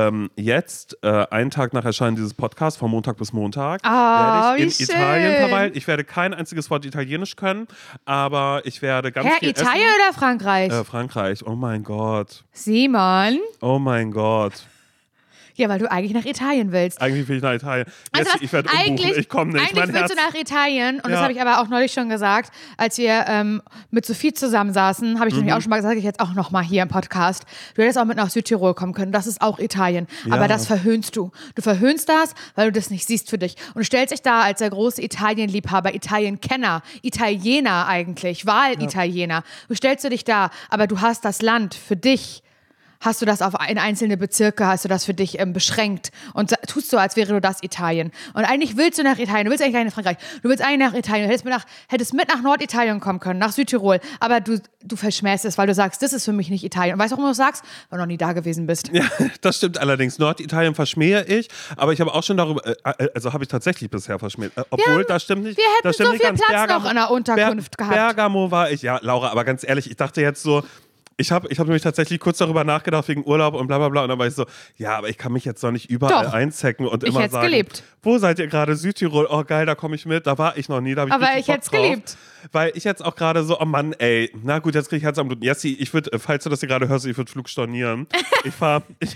jetzt, einen Tag nach Erscheinen dieses Podcasts, von Montag bis Montag, werde ich in Italien verweilen. Ich werde kein einziges Wort Italienisch können, aber ich werde ganz viel Italien essen. oder Frankreich? Frankreich, oh mein Gott. Simon. Oh mein Gott. Ja, weil du eigentlich nach Italien willst. Eigentlich will ich nach Italien. Also Jessie, ich werde umbuchen, ich komme nicht. Eigentlich willst du nach Italien, und das Ja. habe ich aber auch neulich schon gesagt, als wir mit Sophie zusammensaßen, habe ich nämlich auch schon mal gesagt, ich jetzt auch noch mal hier im Podcast, du hättest auch mit nach Südtirol kommen können, das ist auch Italien. Ja. Aber das verhöhnst du. Du verhöhnst das, weil du das nicht siehst für dich. Und du stellst dich da als der große Italienliebhaber, Italienkenner, Italiener eigentlich, Wahlitaliener. Du stellst du dich da, aber du hast das Land für dich. Hast du das in einzelne Bezirke, hast du das für dich beschränkt und tust so, als wäre du das Italien. Und eigentlich willst du nach Italien, du willst eigentlich gar nicht nach Frankreich, du willst eigentlich nach Italien, du hättest mit nach Norditalien kommen können, nach Südtirol, aber du verschmähst es, weil du sagst, das ist für mich nicht Italien. Und weißt du, warum du das sagst? Weil du noch nie da gewesen bist. Ja, das stimmt allerdings. Norditalien verschmähe ich, aber ich habe auch schon darüber, also habe ich tatsächlich bisher verschmäht. Obwohl, das stimmt nicht. Wir hätten das stimmt so nicht viel ganz. Platz noch in der Unterkunft gehabt. Bergamo war ich, ja, Laura, aber ganz ehrlich, ich dachte jetzt so, ich hab nämlich tatsächlich kurz darüber nachgedacht, wegen Urlaub und bla bla bla. Und dann war ich so, ja, aber ich kann mich jetzt noch nicht überall einzecken und immer sagen, geliebt. Wo seid ihr gerade? Südtirol? Oh geil, da komme ich mit. Da war ich noch nie, da habe ich Aber richtig ich Bock hätte es drauf. geliebt. Weil ich jetzt auch gerade so, oh Mann, ey, na gut, jetzt kriege ich Herz am Blut. Jessie, ich würde, falls du das hier gerade hörst, ich würde Flug stornieren. Ich fahr mit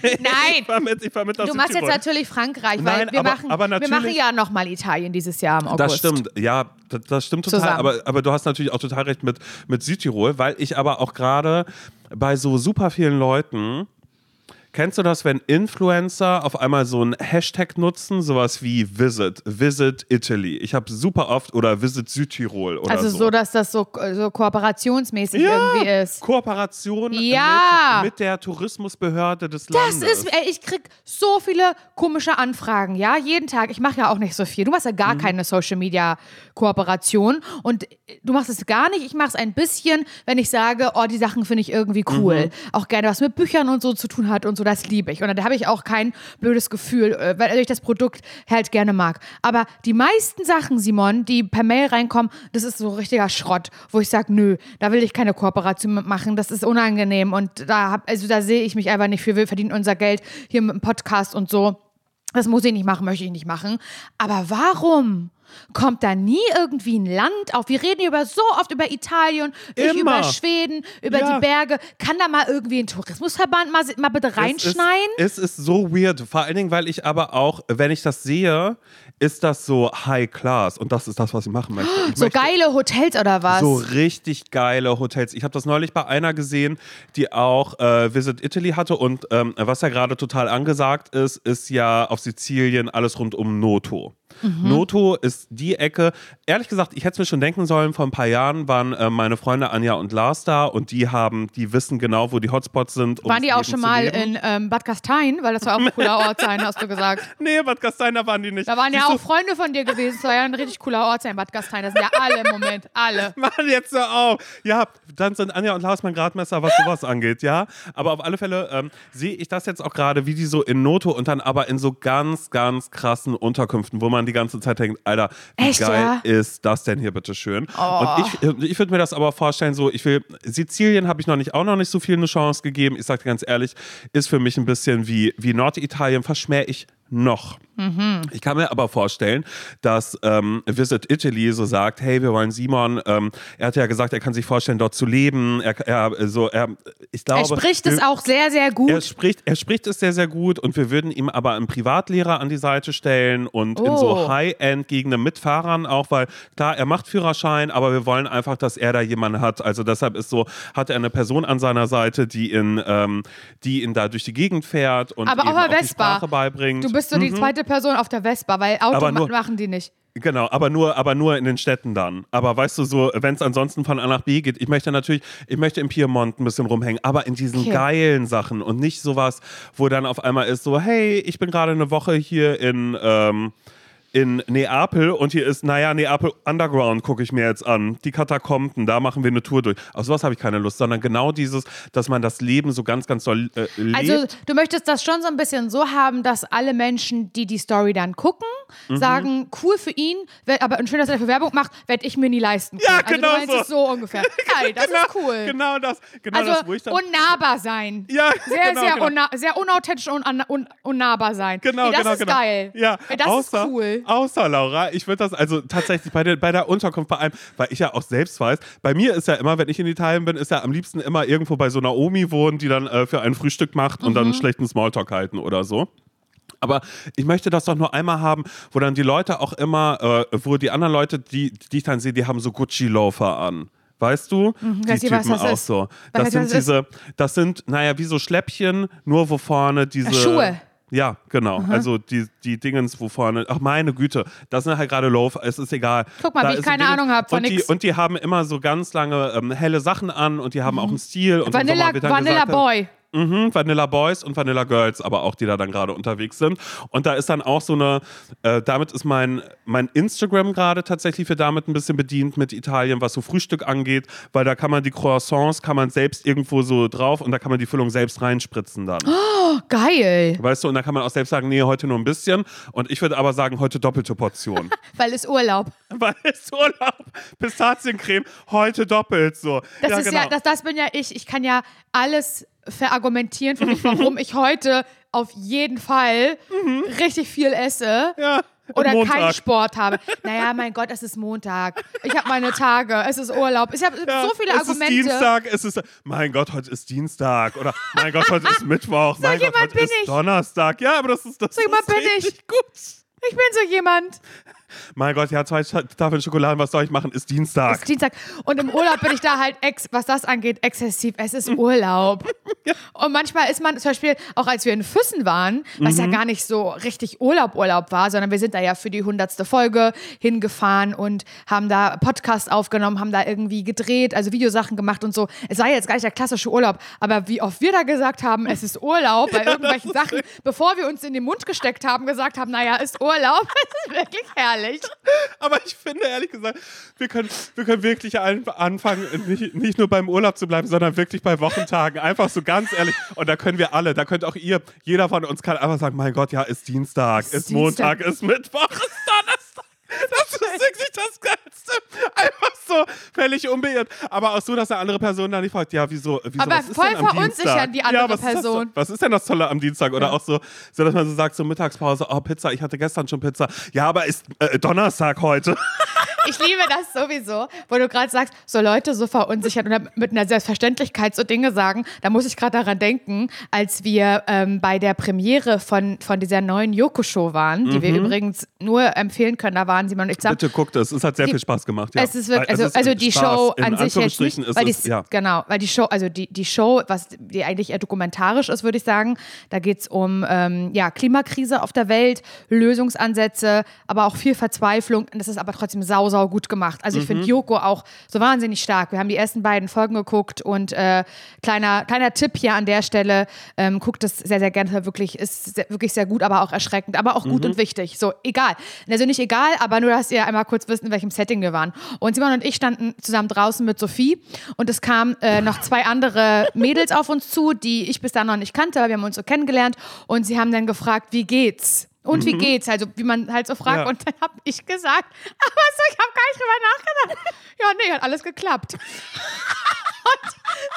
nach Du machst jetzt Südtirol. natürlich Frankreich, Nein, weil wir aber machen natürlich- ja nochmal Italien dieses Jahr im August. Das stimmt, ja, das stimmt total. Zusammen. Aber du hast natürlich auch total recht mit Südtirol, weil ich aber auch gerade bei so super vielen Leuten, kennst du das, wenn Influencer auf einmal so einen Hashtag nutzen, sowas wie Visit Italy. Ich habe super oft, oder Visit Südtirol oder Also so, dass das so kooperationsmäßig irgendwie ist. Kooperation Ja. mit der Tourismusbehörde des Das Landes. ich krieg so viele komische Anfragen, ja, jeden Tag. Ich mache ja auch nicht so viel. Du machst ja gar keine Social-Media-Kooperation und du machst es gar nicht. Ich mache es ein bisschen, wenn ich sage, oh, die Sachen finde ich irgendwie cool. Auch gerne, was mit Büchern und so zu tun hat und so, das liebe ich. Und da habe ich auch kein blödes Gefühl, weil ich das Produkt halt gerne mag. Aber die meisten Sachen, Simon, die per Mail reinkommen, das ist so richtiger Schrott, wo ich sage, nö, da will ich keine Kooperation mit machen, das ist unangenehm und da sehe ich mich einfach nicht für, wir verdienen unser Geld hier mit dem Podcast und so. Das muss ich nicht machen, möchte ich nicht machen. Aber warum kommt da nie irgendwie ein Land auf? Wir reden so oft über Italien, ich Immer. über Schweden, über Ja. die Berge. Kann da mal irgendwie ein Tourismusverband mal bitte reinschneiden? Es ist so weird, vor allen Dingen, weil ich aber auch, wenn ich das sehe, ist das so High Class und das ist das, was ich machen möchte. Ich So möchte geile Hotels oder was? so richtig geile Hotels. Ich habe das neulich bei einer gesehen, die auch Visit Italy hatte und was ja gerade total angesagt ist ja auf Sizilien alles rund um Noto. Noto ist die Ecke, ehrlich gesagt, ich hätte es mir schon denken sollen, vor ein paar Jahren waren meine Freunde Anja und Lars da und die wissen genau, wo die Hotspots sind. Waren die auch schon mal in Bad Gastein? Weil das soll auch ein cooler Ort sein, hast du gesagt. Nee, Bad Gastein, da waren die nicht. Da waren ja Siehst auch Freunde von dir gewesen. Das soll ja ein richtig cooler Ort sein, Bad Gastein. Das sind ja alle im Moment, alle. Mann, jetzt so auf. Ja, dann sind Anja und Lars mein Gradmesser, was sowas angeht, ja. Aber auf alle Fälle sehe ich das jetzt auch gerade, wie die so in Noto und dann aber in so ganz, ganz krassen Unterkünften, wo man die ganze Zeit denkt, Alter, wie Echt, geil ja? ist das denn hier bitte schön? Oh. Und ich würde mir das aber vorstellen, so, Sizilien habe ich auch noch nicht so viel eine Chance gegeben. Ich sage dir ganz ehrlich, ist für mich ein bisschen wie Norditalien, verschmähe ich noch. Ich kann mir aber vorstellen, dass Visit Italy so sagt, hey, wir wollen Simon, er hat ja gesagt, er kann sich vorstellen, dort zu leben. Ich glaube, Er spricht es auch sehr, sehr gut. Er spricht es sehr, sehr gut und wir würden ihm aber einen Privatlehrer an die Seite stellen und in so High-End-Gegenden mit Fahrern auch, weil klar, er macht Führerschein, aber wir wollen einfach, dass er da jemanden hat. Also deshalb hat er eine Person an seiner Seite, die ihn da durch die Gegend fährt und aber eben auf der auch die Vespa. Sprache beibringt. Du bist so die zweite Person auf der Vespa, weil Auto machen die nicht. Genau, aber nur in den Städten dann. Aber weißt du, so, wenn es ansonsten von A nach B geht, ich möchte im Piemont ein bisschen rumhängen, aber in diesen geilen Sachen und nicht sowas, wo dann auf einmal ist so, hey, ich bin gerade eine Woche hier in in Neapel und hier ist, Neapel Underground gucke ich mir jetzt an. Die Katakomben, da machen wir eine Tour durch. Auf sowas habe ich keine Lust, sondern genau dieses, dass man das Leben so ganz, ganz doll lebt. Also du möchtest das schon so ein bisschen so haben, dass alle Menschen, die die Story dann gucken, sagen, cool für ihn, aber schön, dass er dafür Werbung macht, werde ich mir nie leisten können. Ja, genau also, du meinst es so ungefähr. Geil, das ist cool. Genau das, also das, wo ich dann... unnahbar sein. Ja, sehr unauthentisch und unnahbar sein. Genau, das ist geil. Ja, das ist cool. Außer, Laura, ich würde das also tatsächlich bei der Unterkunft vor allem, weil ich ja auch selbst weiß, bei mir ist ja immer, wenn ich in Italien bin, ist ja am liebsten immer irgendwo bei so einer Omi wohnen, die dann für ein Frühstück macht und dann einen schlechten Smalltalk halten oder so. Aber ich möchte das doch nur einmal haben, wo dann die Leute auch immer, wo die anderen Leute, die ich dann sehe, die haben so Gucci-Loafer an. Weißt du? Die Typen auch ist. so. Das sind, wie so Schläppchen, nur wo vorne diese... Schuhe. Ja, genau. Also die Dingens, wo vorne, ach meine Güte, das sind halt gerade Loafer, es ist egal. Guck mal, wie ich keine Ahnung habe von nichts. Und die haben immer so ganz lange helle Sachen an und die haben auch einen Stil. Und Vanilla Boy. Vanilla Boys und Vanilla Girls, aber auch, die da dann gerade unterwegs sind. Und da ist dann auch so eine, damit ist mein Instagram gerade tatsächlich für damit ein bisschen bedient mit Italien, was so Frühstück angeht, weil da kann man die Croissants, kann man selbst irgendwo so drauf und da kann man die Füllung selbst reinspritzen dann. Oh, geil. Weißt du, und da kann man auch selbst sagen, nee, heute nur ein bisschen. Und ich würde aber sagen, heute doppelte Portion. Weil es Urlaub. Pistaziencreme, heute doppelt so. Das bin ja ich. Ich kann ja alles verargumentieren für mich, warum ich heute auf jeden Fall richtig viel esse. Ja. Oder keinen Sport habe. Naja, mein Gott, es ist Montag. Ich habe meine Tage. Es ist Urlaub. Ich habe so viele Argumente. Es ist Dienstag. Mein Gott, heute ist Dienstag. Oder mein Gott, heute ist Mittwoch. Mein Gott, heute ist Donnerstag. Ja, aber das ist richtig gut. Ich bin so jemand. Mein Gott, ja, 2 Tafeln Schokolade, was soll ich machen? Ist Dienstag. Und im Urlaub bin ich da halt, was das angeht, exzessiv. Es ist Urlaub. Ja. Und manchmal ist man, zum Beispiel, auch als wir in Füssen waren, was ja gar nicht so richtig Urlaub war, sondern wir sind da ja für die 100. Folge hingefahren und haben da Podcast aufgenommen, haben da irgendwie gedreht, also Videosachen gemacht und so. Es war jetzt gar nicht der klassische Urlaub, aber wie oft wir da gesagt haben, es ist Urlaub, bei irgendwelchen Sachen, bevor wir uns in den Mund gesteckt haben, gesagt haben, naja, ist Urlaub. Das ist wirklich herrlich. Aber ich finde, ehrlich gesagt, wir können wirklich anfangen, nicht nur beim Urlaub zu bleiben, sondern wirklich bei Wochentagen. Einfach so ganz ehrlich. Und da können wir alle, da könnt auch ihr, jeder von uns kann einfach sagen, mein Gott, ja, ist Dienstag, ist Montag, ist Mittwoch, ist Donnerstag. Das ist wirklich das Geilste. Einfach so völlig unbeirrt. Aber auch so, dass eine andere Person da nicht fragt, ja, wieso aber was ist voll denn am verunsichern die andere Person. Was ist denn das Tolle am Dienstag? Oder auch so, dass man so sagt, so Mittagspause, oh, Pizza, ich hatte gestern schon Pizza. Ja, aber ist Donnerstag heute. Ich liebe das sowieso, wo du gerade sagst, so Leute so verunsichert oder mit einer Selbstverständlichkeit so Dinge sagen. Da muss ich gerade daran denken, als wir bei der Premiere von dieser neuen Joko-Show waren, die wir übrigens nur empfehlen können. Da waren Simon und ich zusammen. Bitte guckt es, hat sehr viel Spaß gemacht. Ja. Es ist wirklich, also die Show an sich jetzt nicht, weil die Show, also die Show, die eigentlich eher dokumentarisch ist, würde ich sagen, da geht es um Klimakrise auf der Welt, Lösungsansätze, aber auch viel Verzweiflung. Das ist aber trotzdem sau gut gemacht. Also ich finde Joko auch so wahnsinnig stark. Wir haben die ersten beiden Folgen geguckt und kleiner Tipp hier an der Stelle, guckt es sehr, sehr gerne. Ist wirklich sehr gut, aber auch erschreckend, aber auch gut und wichtig. So, egal. Also nicht egal, aber nur, dass ihr einmal kurz wisst, in welchem Setting wir waren. Und Simon und ich standen zusammen draußen mit Sophie und es kamen noch 2 andere Mädels auf uns zu, die ich bis dahin noch nicht kannte, aber wir haben uns so kennengelernt und sie haben dann gefragt, wie geht's? Und wie geht's? Also wie man halt so fragt. Ja. Und dann habe ich gesagt, aber so, ich habe gar nicht drüber nachgedacht. Ja, nee, hat alles geklappt. Und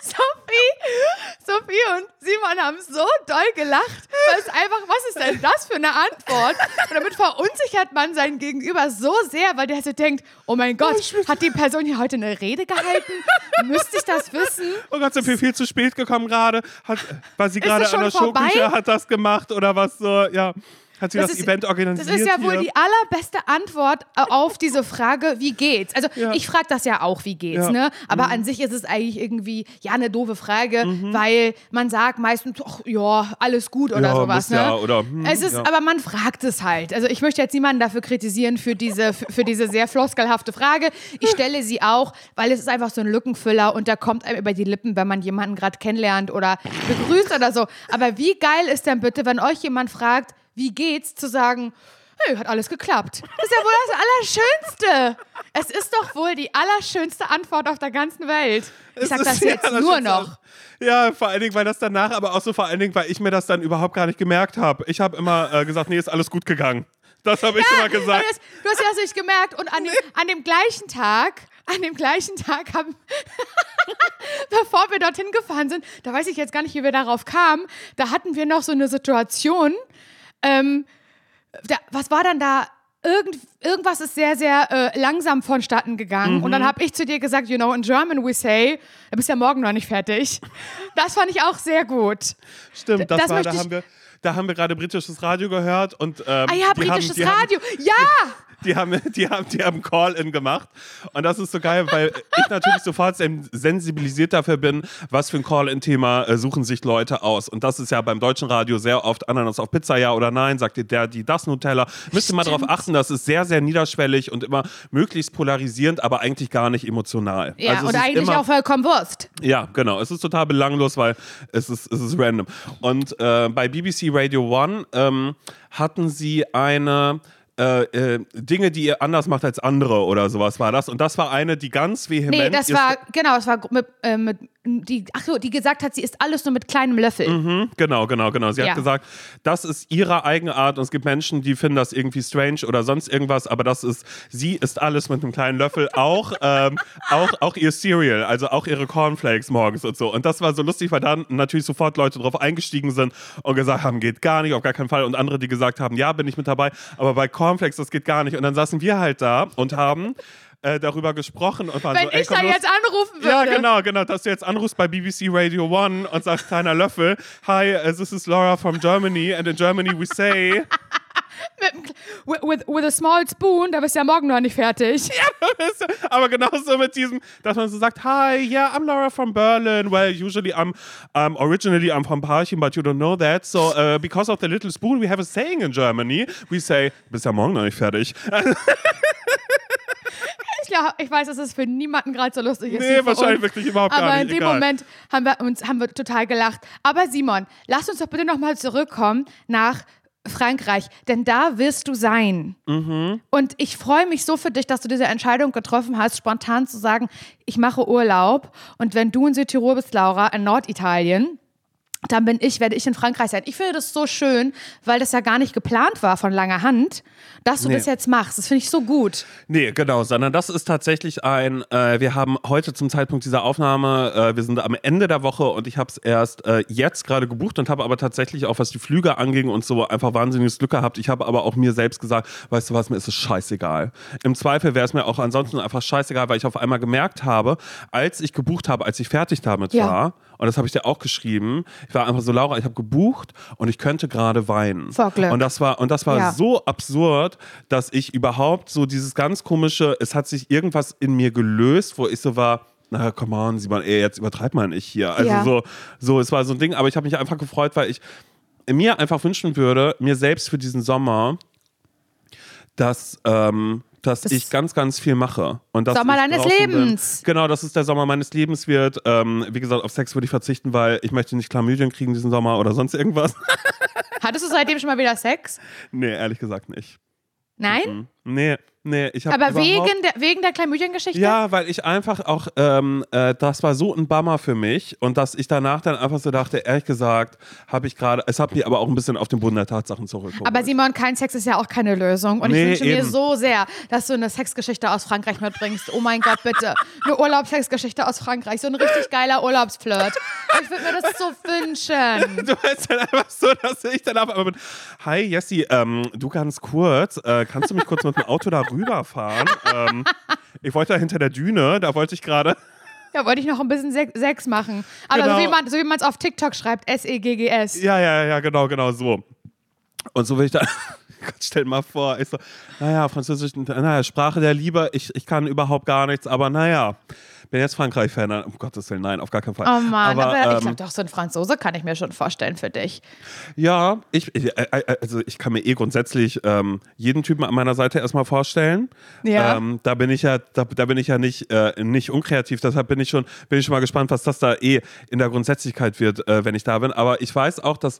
Sophie und Simon haben so doll gelacht, weil es einfach, was ist denn das für eine Antwort? Und damit verunsichert man sein Gegenüber so sehr, weil der so denkt, oh mein Gott, hat die Person hier heute eine Rede gehalten? Müsste ich das wissen? Oh Gott, sind wir viel zu spät gekommen gerade? War sie gerade an der Showküche, hat das gemacht oder was so? Ja. Hat sie das Event organisiert? Das ist ja wohl die allerbeste Antwort auf diese Frage, wie geht's? Also ich frage das ja auch, wie geht's, ne? Aber an sich ist es eigentlich irgendwie, eine doofe Frage, weil man sagt meistens, ach, ja, alles gut oder sowas, ne? Ja, oder, aber man fragt es halt. Also ich möchte jetzt niemanden dafür kritisieren für diese sehr floskelhafte Frage. Ich stelle sie auch, weil es ist einfach so ein Lückenfüller und der kommt einem über die Lippen, wenn man jemanden gerade kennenlernt oder begrüßt oder so. Aber wie geil ist denn bitte, wenn euch jemand fragt, wie geht's, zu sagen, Hat alles geklappt. Das ist ja wohl das Allerschönste. Es ist doch wohl die allerschönste Antwort auf der ganzen Welt. Ich sag das jetzt nur noch. Ja, vor allen Dingen, weil das danach, aber auch so vor allen Dingen, weil ich mir das dann überhaupt gar nicht gemerkt habe. Ich habe immer gesagt, nee, ist alles gut gegangen. Das habe ich immer gesagt. Du hast ja das nicht gemerkt. Und an dem gleichen Tag haben, bevor wir dorthin gefahren sind, da weiß ich jetzt gar nicht, wie wir darauf kamen, da hatten wir noch so eine Situation, was war dann da? Irgendwas ist sehr, sehr langsam vonstatten gegangen. Und dann habe ich zu dir gesagt, in German we say, du bist ja morgen noch nicht fertig. Das fand ich auch sehr gut. Stimmt, da haben wir gerade britisches Radio gehört. Und, britisches Radio, ja! Die haben Call-In gemacht. Und das ist so geil, weil ich natürlich sofort sensibilisiert dafür bin, was für ein Call-In-Thema suchen sich Leute aus. Und das ist ja beim deutschen Radio sehr oft Ananas auf Pizza, ja oder nein, sagt ihr das Nutella. Müsst ihr mal darauf achten, das ist sehr, sehr niederschwellig und immer möglichst polarisierend, aber eigentlich gar nicht emotional. Ja, also oder eigentlich auch vollkommen Wurst. Ja, genau. Es ist total belanglos, weil es ist random. Und bei BBC Radio 1 hatten sie eine Dinge, die ihr anders macht als andere oder sowas war das. Und das war eine, die ganz vehement... es war die gesagt hat, sie isst alles nur mit kleinem Löffel. Genau. Sie hat gesagt, das ist ihre Eigenart und es gibt Menschen, die finden das irgendwie strange oder sonst irgendwas, aber sie isst alles mit einem kleinen Löffel, auch ihr Cereal, also auch ihre Cornflakes morgens und so. Und das war so lustig, weil dann natürlich sofort Leute drauf eingestiegen sind und gesagt haben, geht gar nicht, auf gar keinen Fall. Und andere, die gesagt haben, ja, bin ich mit dabei, aber bei Cornflakes, das geht gar nicht. Und dann saßen wir halt da und haben darüber gesprochen und waren Wenn so, ey, ich da jetzt anrufen würde. Ja, genau, dass du jetzt anrufst bei BBC Radio 1 und sagst, kleiner Löffel, hi, this is Laura from Germany and in Germany we say... with a small spoon, da bist du ja morgen noch nicht fertig. Ja, aber genauso mit diesem, dass man so sagt, hi, yeah, I'm Laura from Berlin. Well, usually originally I'm from Parchim, but you don't know that. So, because of the little spoon, we have a saying in Germany. We say, bist ja morgen noch nicht fertig. Ja, ich weiß, dass es für niemanden gerade so lustig ist. Nee, wahrscheinlich wirklich überhaupt gar nicht. Aber in dem Moment haben wir total gelacht. Aber Simon, lass uns doch bitte nochmal zurückkommen nach Frankreich, denn da wirst du sein. Und ich freue mich so für dich, dass du diese Entscheidung getroffen hast, spontan zu sagen, ich mache Urlaub und wenn du in Südtirol bist, Laura, in Norditalien, dann werde ich in Frankreich sein. Ich finde das so schön, weil das ja gar nicht geplant war von langer Hand, dass du das jetzt machst. Das finde ich so gut. Nee, genau, sondern das ist tatsächlich wir haben heute zum Zeitpunkt dieser Aufnahme, wir sind am Ende der Woche und ich habe es erst jetzt gerade gebucht und habe aber tatsächlich auch, was die Flüge anging und so, einfach wahnsinniges Glück gehabt. Ich habe aber auch mir selbst gesagt, weißt du was, mir ist es scheißegal. Im Zweifel wäre es mir auch ansonsten einfach scheißegal, weil ich auf einmal gemerkt habe, als ich gebucht habe, als ich fertig damit war, und das habe ich dir auch geschrieben, ich war einfach so, Laura, ich habe gebucht und ich könnte gerade weinen. Vor Glück. Und das war so absurd, dass ich überhaupt so dieses ganz komische, es hat sich irgendwas in mir gelöst, wo ich so war, na come on, Simon, jetzt übertreib mal nicht hier. Also so, es war so ein Ding, aber ich habe mich einfach gefreut, weil ich mir einfach wünschen würde, mir selbst für diesen Sommer, dass ich ganz, ganz viel mache. Und Sommer deines Lebens. Genau, dass es der Sommer meines Lebens wird. Wie gesagt, auf Sex würde ich verzichten, weil ich möchte nicht Chlamydien kriegen diesen Sommer oder sonst irgendwas. Hattest du seitdem schon mal wieder Sex? Nee, ehrlich gesagt nicht. Nein? Nee, ich habe aber wegen der Chlamydien-Geschichte? Ja, weil ich einfach auch, das war so ein Bummer für mich und dass ich danach dann einfach so dachte, ehrlich gesagt, es hat mich aber auch ein bisschen auf den Boden der Tatsachen zurückgeholt. Aber Simon, kein Sex ist ja auch keine Lösung und ich wünsche mir so sehr, dass du eine Sexgeschichte aus Frankreich mitbringst. Oh mein Gott, bitte. Eine Urlaubssexgeschichte aus Frankreich, so ein richtig geiler Urlaubsflirt. Ich würde mir das so wünschen. Du weißt dann einfach so, dass ich dann auf einmal bin, hi Jessie, du ganz kurz, kannst du mich kurz mit dem Auto da rüberfahren? Ich wollte da hinter der Düne, da wollte ich gerade... Ja, wollte ich noch ein bisschen Sex machen. Aber genau. so wie man es auf TikTok schreibt, S-E-G-G-S. Ja, genau so. Und so will ich da... Gott, stell dir mal vor, ich so, Französisch, Sprache der Liebe, ich kann überhaupt gar nichts, aber bin jetzt Frankreich-Fan, um Gottes Willen, nein, auf gar keinen Fall. Oh Mann, aber ich glaube doch, so ein Franzose kann ich mir schon vorstellen für dich. Ja, ich kann mir grundsätzlich jeden Typen an meiner Seite erstmal vorstellen. Ja. Da bin ich ja nicht unkreativ, deshalb bin ich schon mal gespannt, was das da in der Grundsätzlichkeit wird, wenn ich da bin. Aber ich weiß auch, dass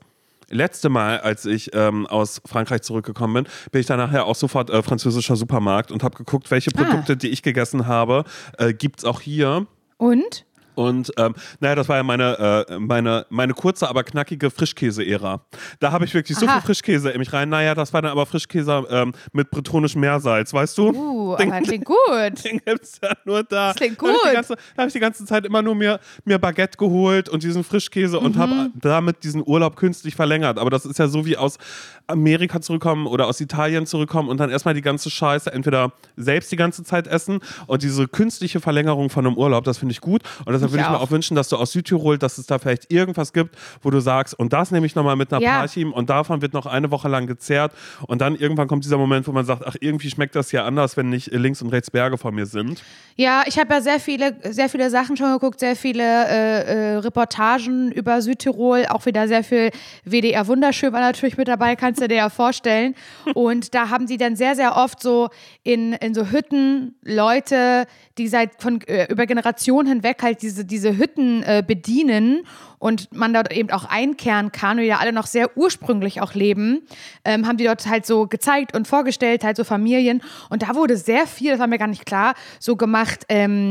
letzte Mal, als ich aus Frankreich zurückgekommen bin ich dann nachher auch sofort französischer Supermarkt und habe geguckt, welche Produkte, die ich gegessen habe, gibt es auch hier. Und? Und das war ja meine kurze, aber knackige Frischkäse-Ära. Da habe ich wirklich so viel Frischkäse in mich rein. Naja, das war dann aber Frischkäse mit bretonischem Meersalz, weißt du? Aber klingt gut. Den gibt es ja nur da. Das klingt gut. Da habe ich die ganze Zeit immer nur mir Baguette geholt und diesen Frischkäse und habe damit diesen Urlaub künstlich verlängert. Aber das ist ja so wie aus Amerika zurückkommen oder aus Italien zurückkommen und dann erstmal die ganze Scheiße entweder selbst die ganze Zeit essen und diese künstliche Verlängerung von einem Urlaub, das finde ich gut. Und deshalb würde ich mir auch wünschen, dass du aus Südtirol, dass es da vielleicht irgendwas gibt, wo du sagst, und das nehme ich nochmal mit einer Parchim und davon wird noch eine Woche lang gezehrt und dann irgendwann kommt dieser Moment, wo man sagt, ach, irgendwie schmeckt das hier anders, wenn nicht links und rechts Berge vor mir sind. Ja, ich habe ja sehr viele Sachen schon geguckt, sehr viele Reportagen über Südtirol, auch wieder sehr viel WDR Wunderschön war natürlich mit dabei, kannst du dir ja vorstellen. Und da haben sie dann sehr, sehr oft so in so Hütten Leute, die über Generationen hinweg halt diese Hütten bedienen und man dort eben auch einkehren kann und ja alle noch sehr ursprünglich auch leben, haben die dort halt so gezeigt und vorgestellt, halt so Familien. Und da wurde sehr viel, das war mir gar nicht klar, so gemacht,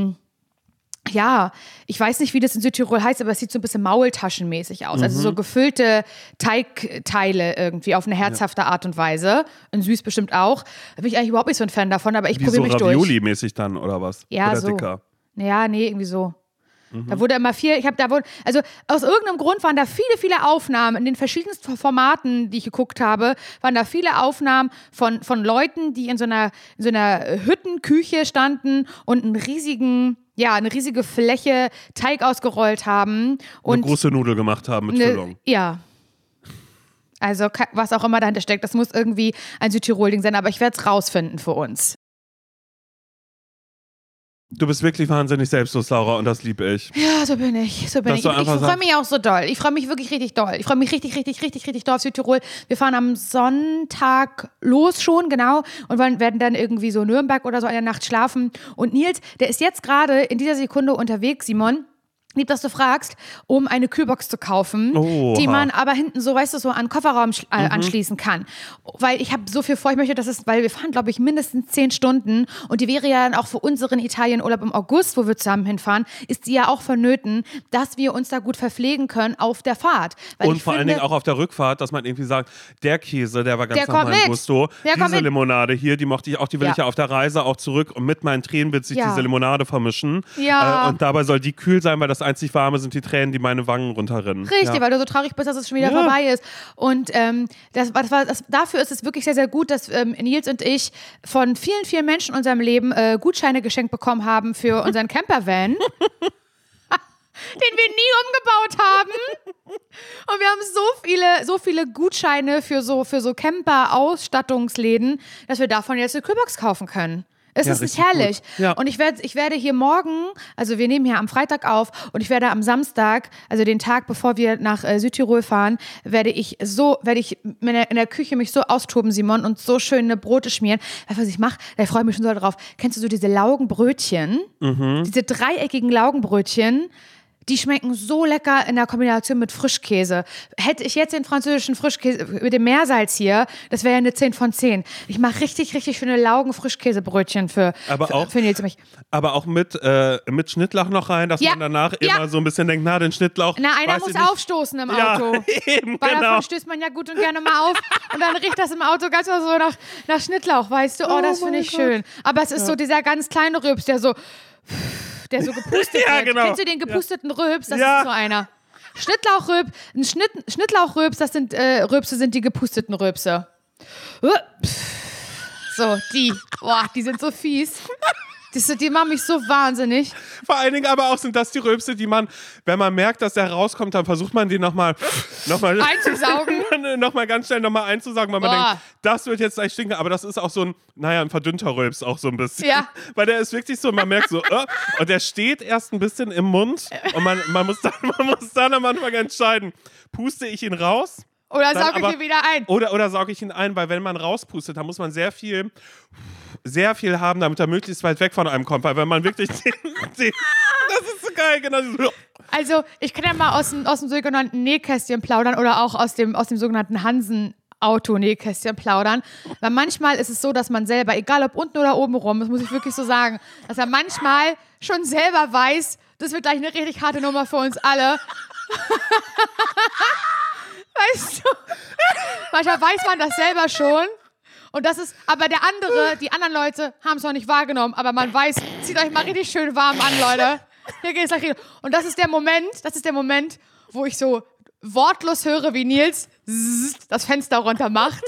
ich weiß nicht, wie das in Südtirol heißt, aber es sieht so ein bisschen maultaschenmäßig aus. Also so gefüllte Teigteile irgendwie auf eine herzhafte Art und Weise. Und süß bestimmt auch. Da bin ich eigentlich überhaupt nicht so ein Fan davon, aber ich probiere mich durch. Ravioli-mäßig dann, oder was? Ja, oder so. Dicker? Ja, nee, irgendwie so. Da wurde immer viel, also aus irgendeinem Grund waren da viele, viele Aufnahmen in den verschiedensten Formaten, die ich geguckt habe, waren da viele Aufnahmen von Leuten, die in so einer Hüttenküche standen und eine riesige Fläche Teig ausgerollt haben. Und eine große Nudel gemacht haben mit Füllung. Ja. Also was auch immer dahinter steckt, das muss irgendwie ein Südtirol-Ding sein, aber ich werde es rausfinden für uns. Du bist wirklich wahnsinnig selbstlos, Laura, und das liebe ich. Ja, so bin ich. Ich freue mich auch so doll. Ich freue mich wirklich richtig doll. Ich freue mich richtig, richtig, richtig, richtig doll auf Südtirol. Wir fahren am Sonntag los schon, genau, und werden dann irgendwie so Nürnberg oder so eine Nacht schlafen. Und Nils, der ist jetzt gerade in dieser Sekunde unterwegs, Simon. Lieb, dass du fragst, um eine Kühlbox zu kaufen, die man aber hinten so, weißt du, so an den Kofferraum anschließen kann. Weil ich habe so viel vor, ich möchte, weil wir fahren, glaube ich, mindestens 10 Stunden und die wäre ja dann auch für unseren Italienurlaub im August, wo wir zusammen hinfahren, ist die ja auch vonnöten, dass wir uns da gut verpflegen können auf der Fahrt. Weil und vor allen Dingen auch auf der Rückfahrt, dass man irgendwie sagt, der Käse, der war ganz nach meinem Gusto. Diese Limonade hier, die mochte ich auch, die will ich ja auf der Reise auch zurück und mit meinen Tränen wird sich diese Limonade vermischen. Ja. Und dabei soll die kühl sein, weil das einzig Warme sind die Tränen, die meine Wangen runterrinnen. Richtig, weil du so traurig bist, dass es schon wieder vorbei ist. Und dafür ist es wirklich sehr, sehr gut, dass Nils und ich von vielen, vielen Menschen in unserem Leben Gutscheine geschenkt bekommen haben für unseren Campervan. Den wir nie umgebaut haben. Und wir haben so viele Gutscheine für so Camper-Ausstattungsläden, dass wir davon jetzt eine Kühlbox kaufen können. Es ist nicht herrlich. Ja. Und ich werde hier morgen, also wir nehmen hier am Freitag auf und ich werde am Samstag, also den Tag, bevor wir nach Südtirol fahren, werde ich in der Küche mich so austoben, Simon, und so schöne Brote schmieren. Weißt du, was ich mache? Da freue ich mich schon so drauf. Kennst du so diese Laugenbrötchen? Diese dreieckigen Laugenbrötchen? Die schmecken so lecker in der Kombination mit Frischkäse. Hätte ich jetzt den französischen Frischkäse mit dem Meersalz hier, das wäre ja eine 10 von 10. Ich mache richtig, richtig schöne Laugen-Frischkäsebrötchen für Nils und mich. Aber auch mit Schnittlauch noch rein, dass man danach immer so ein bisschen denkt, den Schnittlauch. Na, einer muss aufstoßen im Auto. Ja, eben, weil davon stößt man ja gut und gerne mal auf. Und dann riecht das im Auto ganz so nach Schnittlauch, weißt du? Oh, das finde ich schön. Aber es ist so dieser ganz kleine Rübs, der so gepustet wird. Genau. Kennst du den gepusteten Rübs? Das ist so einer. Schnittlauchrübs, das sind Rübse, sind die gepusteten Rübse. So, die sind so fies. Die machen mich so wahnsinnig. Vor allen Dingen aber auch sind das die Rülpse, die man, wenn man merkt, dass der rauskommt, dann versucht man den nochmal einzusaugen. nochmal ganz schnell nochmal einzusaugen, weil man denkt, das wird jetzt gleich stinken. Aber das ist auch so ein verdünnter Rülps auch so ein bisschen. Ja. Weil der ist wirklich so, man merkt so, und der steht erst ein bisschen im Mund und man muss dann am Anfang entscheiden, puste ich ihn raus? Oder sauge ich ihn wieder ein? Oder sauge ich ihn ein, weil wenn man rauspustet, dann muss man sehr viel haben, damit er möglichst weit weg von einem kommt. Weil wenn man wirklich das ist so geil, genau. Also, ich kann ja mal aus dem sogenannten Nähkästchen plaudern oder auch aus dem sogenannten Hansen-Auto-Nähkästchen plaudern. Weil manchmal ist es so, dass man selber, egal ob unten oder oben rum, das muss ich wirklich so sagen, dass er manchmal schon selber weiß, das wird gleich eine richtig harte Nummer für uns alle. Weißt du? Manchmal weiß man das selber schon. Und das ist, aber die anderen Leute haben es noch nicht wahrgenommen, aber man weiß, zieht euch mal richtig schön warm an, Leute. Hier geht's gleich. Und das ist der Moment, wo ich so wortlos höre, wie Nils das Fenster runter macht.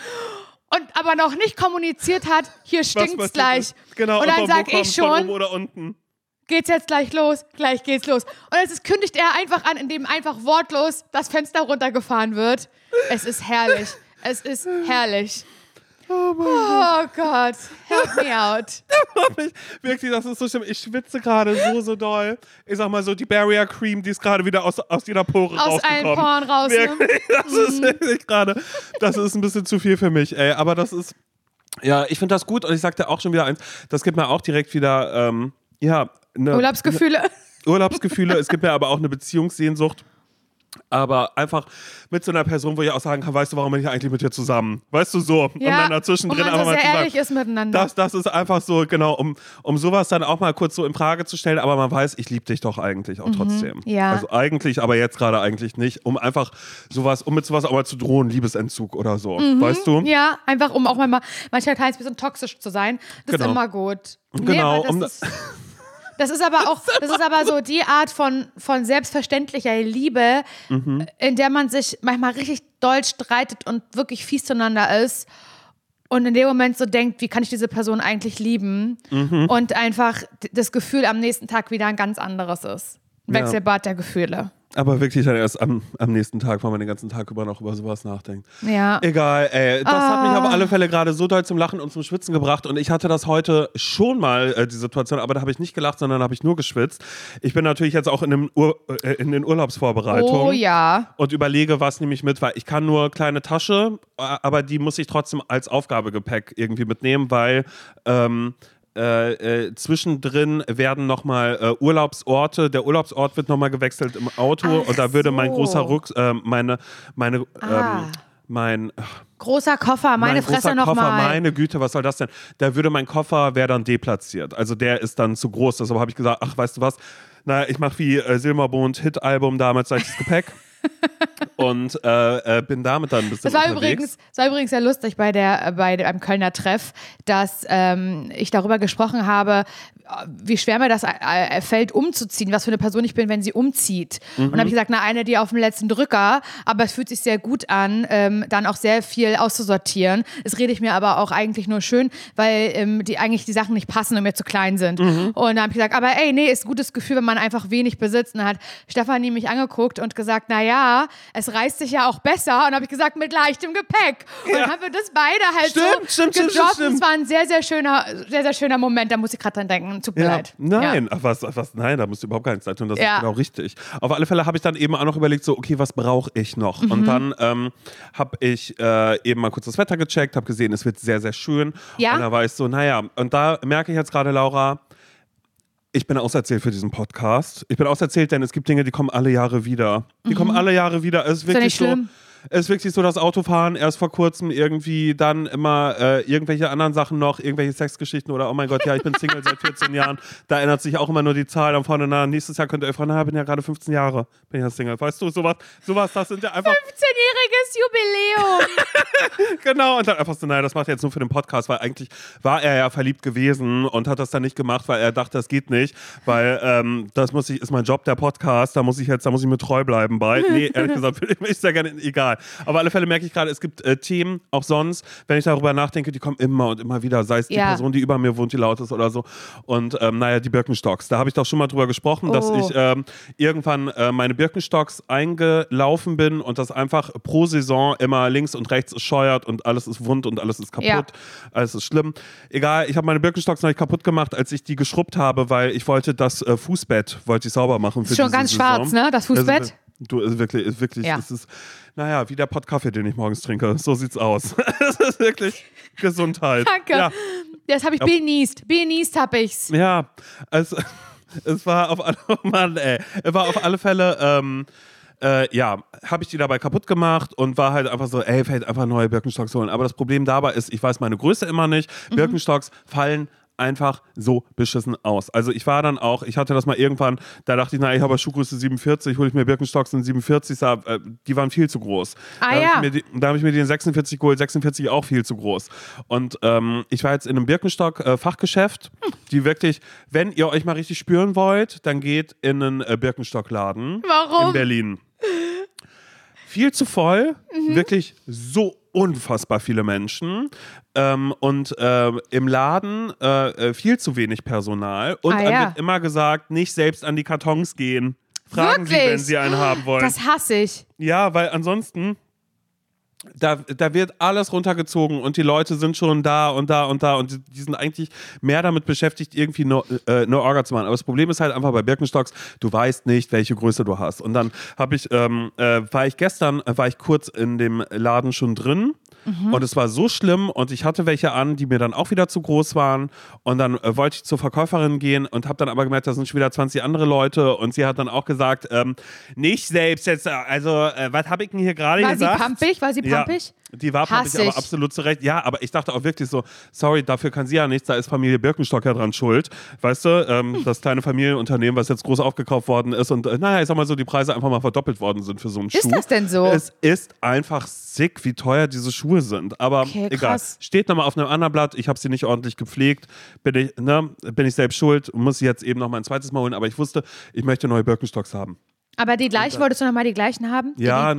Und aber noch nicht kommuniziert hat, hier stinkt's gleich. Genau, und dann sag ich schon, von oben oder unten. Geht's jetzt gleich los? Gleich geht's los. Und jetzt kündigt er einfach an, indem einfach wortlos das Fenster runtergefahren wird. Es ist herrlich. Es ist herrlich. Oh Gott, help me out. Wirklich, das ist so schlimm. Ich schwitze gerade so doll. Ich sag mal so, die Barrier Cream, die ist gerade wieder aus jeder Pore rausgekommen. Aus allen Poren raus. Wirklich, das ist wirklich gerade, das ist ein bisschen zu viel für mich, ey. Aber das ist, ja, ich finde das gut und ich sagte auch schon wieder eins, das gibt mir auch direkt wieder, Urlaubsgefühle. Urlaubsgefühle. Es gibt mir aber auch eine Beziehungssehnsucht. Aber einfach mit so einer Person, wo ich auch sagen kann, weißt du, warum bin ich eigentlich mit dir zusammen? Weißt du, so. Ja, und dann dazwischendrin und man so einfach sehr mal ehrlich ist miteinander. Das ist einfach so, genau, um sowas dann auch mal kurz so in Frage zu stellen, aber man weiß, ich liebe dich doch eigentlich auch trotzdem. Ja. Also eigentlich, aber jetzt gerade eigentlich nicht, um einfach sowas, um mit sowas auch mal zu drohen, Liebesentzug oder so, weißt du? Ja, einfach um auch manchmal ein kleines bisschen toxisch zu sein. Das ist immer gut. Genau. Das ist aber so die Art von selbstverständlicher Liebe, in der man sich manchmal richtig doll streitet und wirklich fies zueinander ist und in dem Moment so denkt, wie kann ich diese Person eigentlich lieben? Und einfach das Gefühl am nächsten Tag wieder ein ganz anderes ist. Ein Wechselbad der Gefühle. Aber wirklich dann erst am nächsten Tag, weil man den ganzen Tag über noch über sowas nachdenkt. Ja. Egal, ey. Das hat mich auf alle Fälle gerade so doll zum Lachen und zum Schwitzen gebracht. Und ich hatte das heute schon mal, die Situation, aber da habe ich nicht gelacht, sondern habe ich nur geschwitzt. Ich bin natürlich jetzt auch in den Urlaubsvorbereitungen. Oh ja. Und überlege, was nehme ich mit, weil ich kann nur kleine Tasche, aber die muss ich trotzdem als Aufgabegepäck irgendwie mitnehmen, weil zwischendrin werden nochmal Urlaubsorte, der Urlaubsort wird nochmal gewechselt im Auto und da würde mein großer mein großer Koffer, meine Fresse nochmal. Meine Güte, was soll das denn? Da würde mein Koffer, wäre dann deplatziert. Also der ist dann zu groß. Deshalb habe ich gesagt, ach, weißt du was? Na, ich mache wie Silberbond Hit-Album damals leichtes Gepäck. Und bin damit dann ein bisschen unterwegs. Das war übrigens sehr lustig bei einem Kölner Treff, dass ich darüber gesprochen habe, wie schwer mir das fällt, umzuziehen, was für eine Person ich bin, wenn sie umzieht. Und dann habe ich gesagt, eine, die auf dem letzten Drücker, aber es fühlt sich sehr gut an, dann auch sehr viel auszusortieren. Das rede ich mir aber auch eigentlich nur schön, weil die Sachen nicht passen und mir zu klein sind. Und dann habe ich gesagt, aber ey, nee, ist ein gutes Gefühl, wenn man einfach wenig besitzt. Und dann hat Stefanie mich angeguckt und gesagt, naja, es reißt sich ja auch besser. Und dann habe ich gesagt, mit leichtem Gepäck. Und dann haben wir das beide halt stimmt. Es war ein sehr, sehr schöner Moment. Da muss ich gerade dran denken. Tut mir leid. Nein, ach was, nein, da musst du überhaupt gar nichts sagen tun. Das ist genau richtig. Auf alle Fälle habe ich dann eben auch noch überlegt, so, okay, was brauche ich noch? Und dann habe ich eben mal kurz das Wetter gecheckt, habe gesehen, es wird sehr, sehr schön. Ja? Und da war ich so, naja, und da merke ich jetzt gerade, Laura, ich bin auserzählt für diesen Podcast. Ich bin auserzählt, denn es gibt Dinge, die kommen alle Jahre wieder. Die kommen alle Jahre wieder. Es ist wirklich so. Es ist wirklich so, das Autofahren erst vor kurzem irgendwie, dann immer irgendwelche anderen Sachen noch, irgendwelche Sexgeschichten oder oh mein Gott, ja, ich bin Single seit 14 Jahren. Da ändert sich auch immer nur die Zahl. Dann vorne, nächstes Jahr könnt ihr fragen, ich bin ja gerade 15 Jahre, bin ja Single. Weißt du, sowas, das sind ja einfach... 15-jähriges Jubiläum! Genau, und dann einfach so, das macht er jetzt nur für den Podcast, weil eigentlich war er ja verliebt gewesen und hat das dann nicht gemacht, weil er dachte, das geht nicht, weil ist mein Job, der Podcast, da muss ich mir treu bleiben bei. Nee, ehrlich gesagt, will ich sehr gerne, egal. Aber auf alle Fälle merke ich gerade, es gibt Themen, auch sonst, wenn ich darüber nachdenke, die kommen immer und immer wieder, sei es die Person, die über mir wohnt, die laut ist oder so. Und die Birkenstocks. Da habe ich doch schon mal drüber gesprochen, dass ich irgendwann meine Birkenstocks eingelaufen bin und das einfach pro Saison immer links und rechts ist scheuert und alles ist wund und alles ist kaputt. Alles ist schlimm. Egal, ich habe meine Birkenstocks noch nicht kaputt gemacht, als ich die geschrubbt habe, weil ich wollte das Fußbett sauber machen. Für ist schon ganz Saison. Schwarz, ne? Das Fußbett? Ist wirklich, es ist, wie der Pott Kaffee, den ich morgens trinke. So sieht's aus. Es ist wirklich Gesundheit. Danke. Ja. Das habe ich benießt. Benießt habe ich's. Ja, also Es war auf alle, oh Mann, ey. Es war auf alle Fälle, habe ich die dabei kaputt gemacht und war halt einfach so, vielleicht einfach neue Birkenstocks holen. Aber das Problem dabei ist, ich weiß meine Größe immer nicht. Birkenstocks fallen einfach so beschissen aus. Also ich hatte das mal irgendwann, da dachte ich, ich habe Schuhgröße 47, hole ich mir Birkenstocks in 47, die waren viel zu groß. Da habe ich mir die in 46 geholt, 46 auch viel zu groß. Und ich war jetzt in einem Birkenstock-Fachgeschäft, die wirklich, wenn ihr euch mal richtig spüren wollt, dann geht in einen Birkenstock-Laden. Warum? In Berlin. Viel zu voll, wirklich so unfassbar viele Menschen und im Laden viel zu wenig Personal und dann wird immer gesagt, nicht selbst an die Kartons gehen. Fragen Sie, wenn Sie einen haben wollen. Das hasse ich. Ja, weil ansonsten da wird alles runtergezogen und die Leute sind schon da und da und da und die sind eigentlich mehr damit beschäftigt, irgendwie eine Orga zu machen. Aber das Problem ist halt einfach bei Birkenstocks, du weißt nicht, welche Größe du hast. Und dann war ich kurz in dem Laden schon drin. Und es war so schlimm und ich hatte welche an, die mir dann auch wieder zu groß waren und dann wollte ich zur Verkäuferin gehen und habe dann aber gemerkt, da sind schon wieder 20 andere Leute und sie hat dann auch gesagt, nicht selbst jetzt, also was habe ich denn hier gerade gesagt? War sie pampig? Ja, die war pampig, aber absolut zu Recht. Ja, aber ich dachte auch wirklich so, sorry, dafür kann sie ja nichts, da ist Familie Birkenstock ja dran schuld. Weißt du, das kleine Familienunternehmen, was jetzt groß aufgekauft worden ist und ich sag mal so, die Preise einfach mal verdoppelt worden sind für so einen Schuh. Ist das denn so? Es ist einfach sick, wie teuer diese Schuhe sind. Aber egal. Steht nochmal auf einem anderen Blatt. Ich habe sie nicht ordentlich gepflegt. Bin ich selbst schuld. Muss sie jetzt eben noch mal ein zweites Mal holen. Aber ich wusste, ich möchte neue Birkenstocks haben. Aber die gleichen, wolltest du nochmal die gleichen haben? Ja,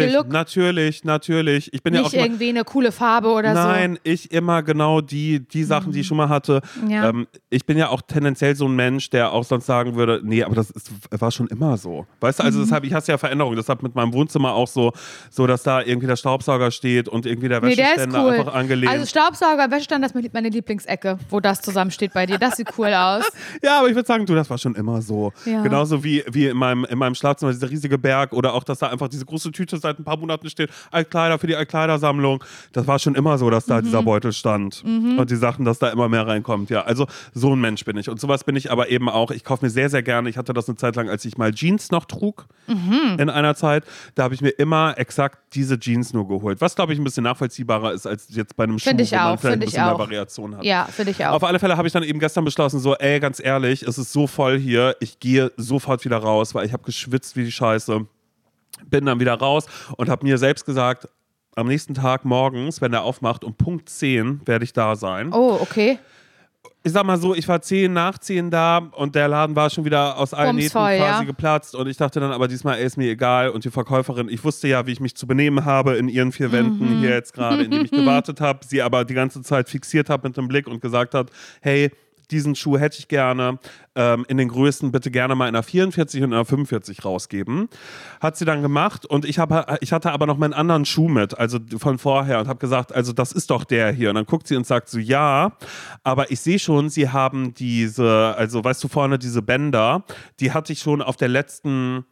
natürlich. Ich bin nicht ja auch irgendwie eine coole Farbe oder so? Nein, ich immer genau die Sachen, die ich schon mal hatte. Ja. Ich bin ja auch tendenziell so ein Mensch, der auch sonst sagen würde, nee, aber war schon immer so. Weißt du, also deshalb, ich hasse ja Veränderungen. Deshalb mit meinem Wohnzimmer auch so, dass da irgendwie der Staubsauger steht und irgendwie der Wäscheständer cool. einfach angelehnt. Also Staubsauger, Wäscheständer, das ist meine Lieblingsecke, wo das zusammensteht bei dir. Das sieht cool aus. Ja, aber ich würde sagen, das war schon immer so. Ja. Genauso wie in meinem Schlafzimmer dieser riesige Berg oder auch, dass da einfach diese große Tüte seit ein paar Monaten steht, Altkleider für die Altkleidersammlung. Das war schon immer so, dass da dieser Beutel stand und die Sachen, dass da immer mehr reinkommt. Ja, also so ein Mensch bin ich. Und sowas bin ich aber eben auch. Ich kaufe mir sehr, sehr gerne. Ich hatte das eine Zeit lang, als ich mal Jeans noch trug in einer Zeit. Da habe ich mir immer exakt diese Jeans nur geholt. Was, glaube ich, ein bisschen nachvollziehbarer ist, als jetzt bei einem Schuh, wo man vielleicht ein bisschen mehr Variation hat. Ja, finde ich auch. Auf alle Fälle habe ich dann eben gestern beschlossen, so, ganz ehrlich, es ist so voll hier, ich gehe sofort wieder raus, weil ich habe geschwitzt wie die Scheiße. Bin dann wieder raus und habe mir selbst gesagt, am nächsten Tag morgens, wenn der aufmacht, um Punkt 10 werde ich da sein. Oh, okay. Ich sag mal so, ich war 10 nach 10 da und der Laden war schon wieder aus allen Nähten quasi geplatzt und ich dachte dann aber diesmal, ist mir egal und die Verkäuferin, ich wusste ja, wie ich mich zu benehmen habe in ihren 4 Wänden hier jetzt gerade, in dem ich gewartet habe, sie aber die ganze Zeit fixiert habe mit dem Blick und gesagt hat, hey, diesen Schuh hätte ich gerne, in den Größen bitte gerne mal in einer 44 und in einer 45 rausgeben. Hat sie dann gemacht und ich hatte aber noch meinen anderen Schuh mit, also von vorher und habe gesagt, also das ist doch der hier. Und dann guckt sie und sagt so, ja, aber ich sehe schon, sie haben also weißt du, vorne diese Bänder, die hatte ich schon auf der letzten,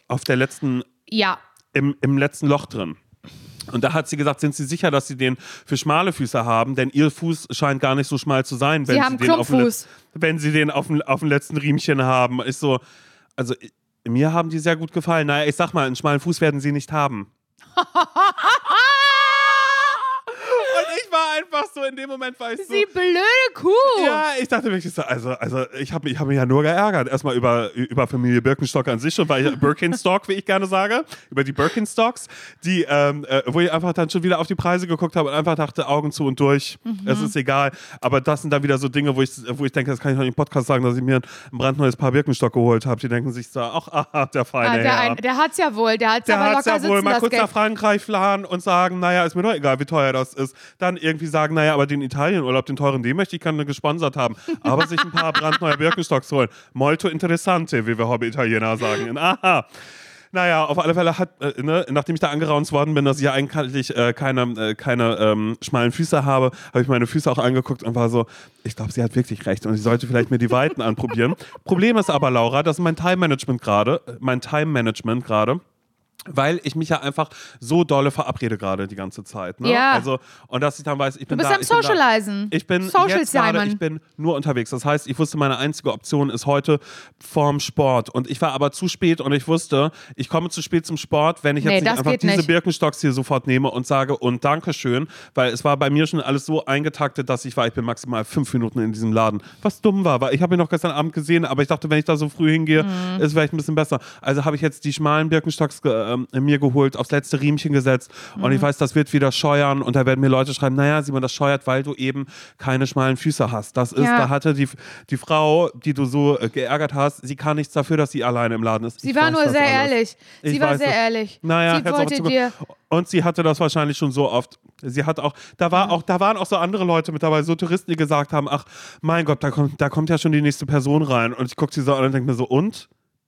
ja. im letzten Loch drin. Und da hat sie gesagt, sind Sie sicher, dass Sie den für schmale Füße haben? Denn Ihr Fuß scheint gar nicht so schmal zu sein, wenn Sie den auf dem letzten Riemchen haben. Ist so, also mir haben die sehr gut gefallen. Naja, ich sag mal, einen schmalen Fuß werden Sie nicht haben. Ich war einfach so, in dem Moment war ich so... Sie blöde Kuh! Ja, ich dachte wirklich so, also ich hab mich ja nur geärgert. Erstmal über Familie Birkenstock an sich schon, weil ich Birkenstock, wie ich gerne sage, über die Birkenstocks, die, wo ich einfach dann schon wieder auf die Preise geguckt habe und einfach dachte, Augen zu und durch, es ist egal. Aber das sind dann wieder so Dinge, wo ich denke, das kann ich noch im Podcast sagen, dass ich mir ein brandneues Paar Birkenstock geholt habe. Die denken sich so, ach, der feine Herr. Der hat's ja wohl, der hat's aber locker sitzen wohl. Mal kurz Geld. nach Frankreich fahren und sagen, naja, ist mir doch egal, wie teuer das ist. Dann irgendwie sagen, naja, aber den Italienurlaub, den teuren, den möchte ich gerne gesponsert haben. Aber sich ein paar brandneue Birkenstocks holen. Molto interessante, wie wir Hobby-Italiener sagen. Aha. Naja, auf alle Fälle nachdem ich da angeraunt worden bin, dass ich ja eigentlich keine schmalen Füße habe ich meine Füße auch angeguckt und war so, ich glaube, sie hat wirklich recht und ich sollte vielleicht mir die Weiten anprobieren. Problem ist aber, Laura, das ist mein Time-Management gerade. Weil ich mich ja einfach so dolle verabrede gerade die ganze Zeit. Ne? Ja. Also, und dass ich dann weiß, ich bin Du bist da. am Socializen. Ich bin jetzt gerade, ich bin nur unterwegs. Das heißt, ich wusste, meine einzige Option ist heute vorm Sport. Und ich war aber zu spät und ich wusste, ich komme zu spät zum Sport, wenn ich jetzt nicht einfach diese Birkenstocks hier sofort nehme und sage und Dankeschön, weil es war bei mir schon alles so eingetaktet, dass ich bin maximal 5 Minuten in diesem Laden. Was dumm war, weil ich habe ihn noch gestern Abend gesehen, aber ich dachte, wenn ich da so früh hingehe, ist es vielleicht ein bisschen besser. Also habe ich jetzt die schmalen Birkenstocks mir geholt, aufs letzte Riemchen gesetzt und ich weiß, das wird wieder scheuern und da werden mir Leute schreiben, naja, Simon, das scheuert, weil du eben keine schmalen Füße hast. Das ist, da hatte die Frau, die du so geärgert hast, sie kann nichts dafür, dass sie alleine im Laden ist. Sie war nur sehr ehrlich. Sie war sehr ehrlich. Naja, sie wollte dir... Und sie hatte das wahrscheinlich schon so oft. Sie hat auch, da waren auch so andere Leute mit dabei, so Touristen, die gesagt haben, ach, mein Gott, da kommt ja schon die nächste Person rein. Und ich gucke sie so an und denke mir so, und?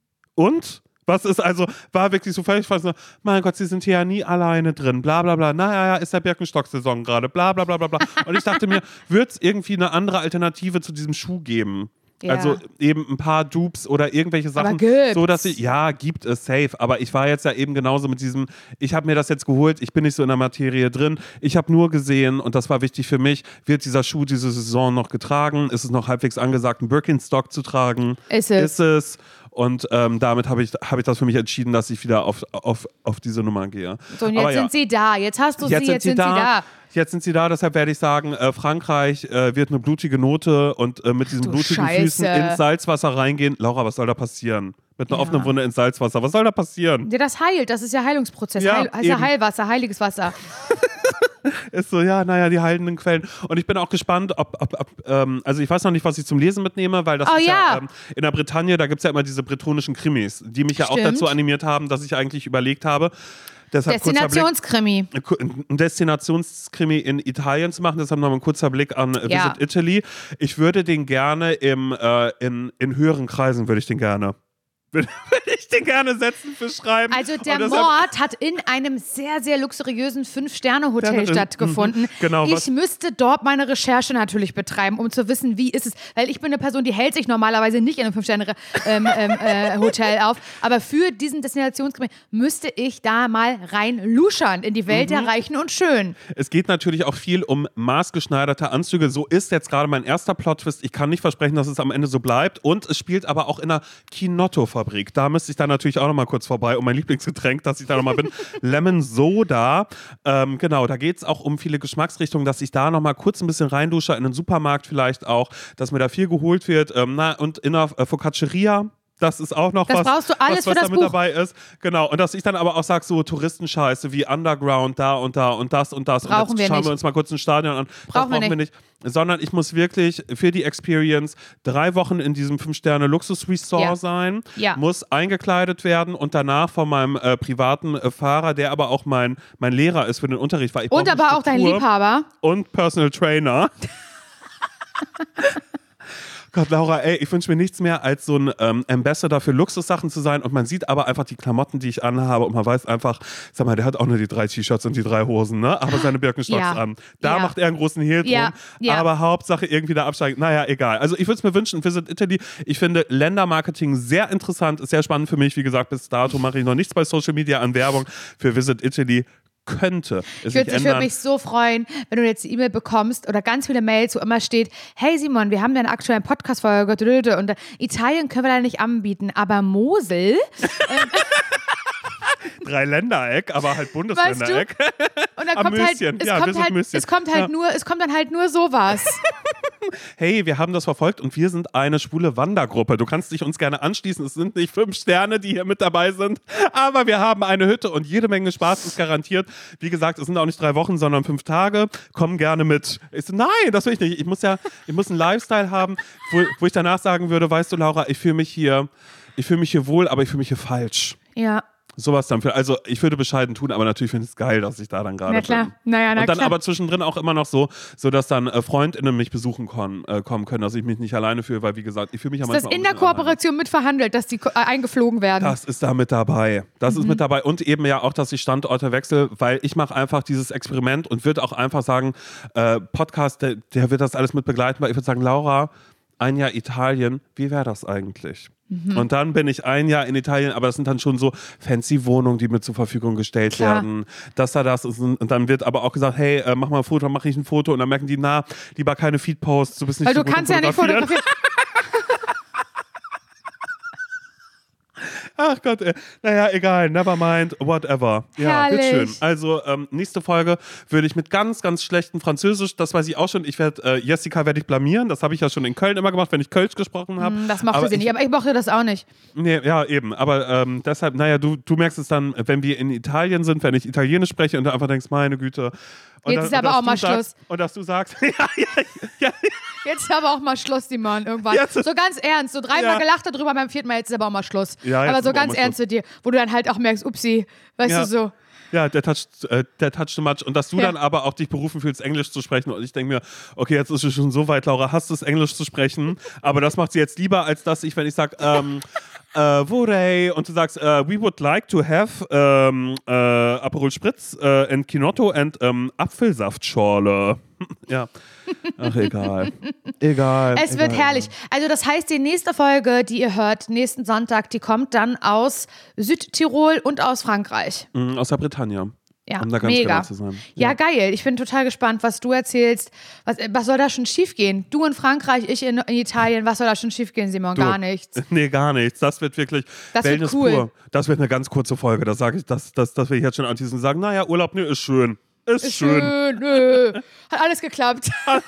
Was ist also, war wirklich so völlig falsch, mein Gott, sie sind hier ja nie alleine drin, bla bla bla, naja, ist der Birkenstock-Saison gerade, bla bla bla bla bla. Und ich dachte mir, wird es irgendwie eine andere Alternative zu diesem Schuh geben? Ja. Also eben ein paar Dupes oder irgendwelche Sachen, so dass gibt es safe, aber ich war jetzt ja eben genauso mit diesem, ich habe mir das jetzt geholt, ich bin nicht so in der Materie drin, ich habe nur gesehen und das war wichtig für mich, wird dieser Schuh diese Saison noch getragen, ist es noch halbwegs angesagt, einen Birkenstock zu tragen? Ist es. Und damit habe ich das für mich entschieden, dass ich wieder auf diese Nummer gehe. So, und jetzt sind sie da. Jetzt hast du jetzt sind sie da. Jetzt sind sie da, deshalb werde ich sagen, Frankreich wird eine blutige Note und mit diesen blutigen Füßen ins Salzwasser reingehen. Laura, was soll da passieren? Mit einer offenen Wunde ins Salzwasser. Was soll da passieren? Ja, das heilt. Das ist ja Heilungsprozess. Heilwasser, heiliges Wasser. Ist so, die heilenden Quellen. Und ich bin auch gespannt, also ich weiß noch nicht, was ich zum Lesen mitnehme, weil das ist in der Bretagne, da gibt es ja immer diese bretonischen Krimis, die mich ja auch dazu animiert haben, dass ich eigentlich überlegt habe, Destinationskrimi. Ein Destinationskrimi in Italien zu machen. Deshalb nochmal ein kurzer Blick an Visit Italy. Ich würde den gerne in höheren Kreisen, würde ich den gerne setzen für Schreiben. Also der Mord hat in einem sehr, sehr luxuriösen 5-Sterne-Hotel stattgefunden. Genau, ich müsste dort meine Recherche natürlich betreiben, um zu wissen, wie ist es. Weil ich bin eine Person, die hält sich normalerweise nicht in einem 5-Sterne-Hotel auf. Aber für diesen Destinationskrimi müsste ich da mal rein luschern in die Welt der Reichen und Schönen. Es geht natürlich auch viel um maßgeschneiderte Anzüge. So ist jetzt gerade mein erster Plot-Twist. Ich kann nicht versprechen, dass es am Ende so bleibt. Und es spielt aber auch in einer Kinotto-Fabrik. Da müsste ich dann natürlich auch noch mal kurz vorbei, um mein Lieblingsgetränk, dass ich da noch mal bin, Lemon Soda. Genau, da geht es auch um viele Geschmacksrichtungen, dass ich da noch mal kurz ein bisschen reindusche, in den Supermarkt vielleicht auch, dass mir da viel geholt wird. Und in der Focacceria. Das ist auch noch was, brauchst du alles was für das da mit dabei ist. Genau. Und dass ich dann aber auch sage, so Touristenscheiße wie Underground, da und da und das und das. Brauchen und jetzt schauen wir uns mal kurz ein Stadion an. Brauchen wir nicht. Sondern ich muss wirklich für die Experience 3 Wochen in diesem 5-Sterne-Luxus-Resort sein, muss eingekleidet werden und danach von meinem privaten Fahrer, der aber auch mein Lehrer ist für den Unterricht. Weil ich und aber auch dein Liebhaber. Und Personal Trainer. Gott, Laura, ich wünsche mir nichts mehr, als so ein Ambassador für Luxussachen zu sein und man sieht aber einfach die Klamotten, die ich anhabe und man weiß einfach, sag mal, der hat auch nur die 3 T-Shirts und die 3 Hosen, ne? Aber seine Birkenstocks an. Da macht er einen großen Hehl drum, aber Hauptsache irgendwie da absteigen. Naja, egal. Also ich würde es mir wünschen, Visit Italy. Ich finde Ländermarketing sehr interessant, ist sehr spannend für mich. Wie gesagt, bis dato mache ich noch nichts bei Social Media an Werbung für Visit Italy. Könnte es sich ändern. Ich würde mich so freuen, wenn du jetzt die E-Mail bekommst oder ganz viele Mails, wo immer steht, hey Simon, wir haben ja eine aktuelle Podcast-Folge und Italien können wir da nicht anbieten, aber Mosel... 3-Ländereck, aber halt Bundesländereck. Weißt du? Und dann kommt es kommt dann halt nur sowas. Hey, wir haben das verfolgt und wir sind eine schwule Wandergruppe. Du kannst dich uns gerne anschließen. Es sind nicht 5 Sterne, die hier mit dabei sind, aber wir haben eine Hütte und jede Menge Spaß ist garantiert. Wie gesagt, es sind auch nicht 3 Wochen, sondern 5 Tage. Komm gerne mit. Ich so, nein, das will ich nicht. Ich muss einen Lifestyle haben, wo ich danach sagen würde, weißt du, Laura, ich fühle mich hier wohl, aber ich fühle mich hier falsch. Ja. Sowas dann. Also ich würde bescheiden tun, aber natürlich finde ich es geil, dass ich da dann gerade bin. Und dann aber zwischendrin auch immer noch so dass dann FreundInnen mich besuchen kommen können, dass ich mich nicht alleine fühle, weil wie gesagt, ich fühle mich ja manchmal. Ist das in der Kooperation mit verhandelt, dass die eingeflogen werden? Das ist da mit dabei. Das ist mit dabei und eben ja auch, dass ich Standorte wechsle, weil ich mache einfach dieses Experiment und würde auch einfach sagen, Podcast, der wird das alles mit begleiten, weil ich würde sagen, Laura, ein Jahr Italien, wie wäre das eigentlich? Und dann bin ich ein Jahr in Italien, aber das sind dann schon so fancy Wohnungen, die mir zur Verfügung gestellt werden. Das ist. Und dann wird aber auch gesagt, hey, mach mal ein Foto, dann mache ich ein Foto. Und dann merken die, lieber keine Feed-Posts, du bist nicht Weil so du kannst ja nicht fotografieren. Ach Gott, ey. Naja, egal, never mind, whatever. Ja, wird schön. Also, nächste Folge würde ich mit ganz, ganz schlechtem Französisch, das weiß ich auch schon, Jessica werde ich blamieren, das habe ich ja schon in Köln immer gemacht, wenn ich Kölsch gesprochen habe. Das mochte sie nicht, aber ich mochte das auch nicht. Nee, ja, eben, aber deshalb, du merkst es dann, wenn wir in Italien sind, wenn ich Italienisch spreche und du einfach denkst, meine Güte. Jetzt ist aber auch mal Schluss. Und dass du sagst, Jetzt ist aber auch mal Schluss, Simon, irgendwann. So ganz ernst, so 3-mal gelacht darüber, beim 4. Mal, jetzt ist aber auch mal Schluss. Ja, aber so ganz ernst zu dir, wo du dann halt auch merkst, upsi, weißt du so. Ja, der touched too much. Und dass du dann aber auch dich berufen fühlst, Englisch zu sprechen. Und ich denke mir, okay, jetzt ist es schon so weit, Laura, hast es, Englisch zu sprechen. Aber das macht sie jetzt lieber, als dass ich, wenn ich sage, vorrei, und du sagst, we would like to have Aperol Spritz and Kinotto and Apfelsaftschorle. Ja. Ach, egal. Es wird herrlich. Also das heißt, die nächste Folge, die ihr hört, nächsten Sonntag, die kommt dann aus Südtirol und aus Frankreich. Aus der Bretagne. Ja, um da ganz mega. genau zu sein. Ja, geil. Ich bin total gespannt, was du erzählst. Was soll da schon schiefgehen? Du in Frankreich, ich in Italien. Was soll da schon schiefgehen, Simon? Gar nichts. Nee, gar nichts. Das wird wirklich Wellness wird cool. Pur. Das wird eine ganz kurze Folge. Das sage ich, das will ich jetzt schon anschließen und sagen, naja, Urlaub, ist schön. Ist schön. Hat alles geklappt.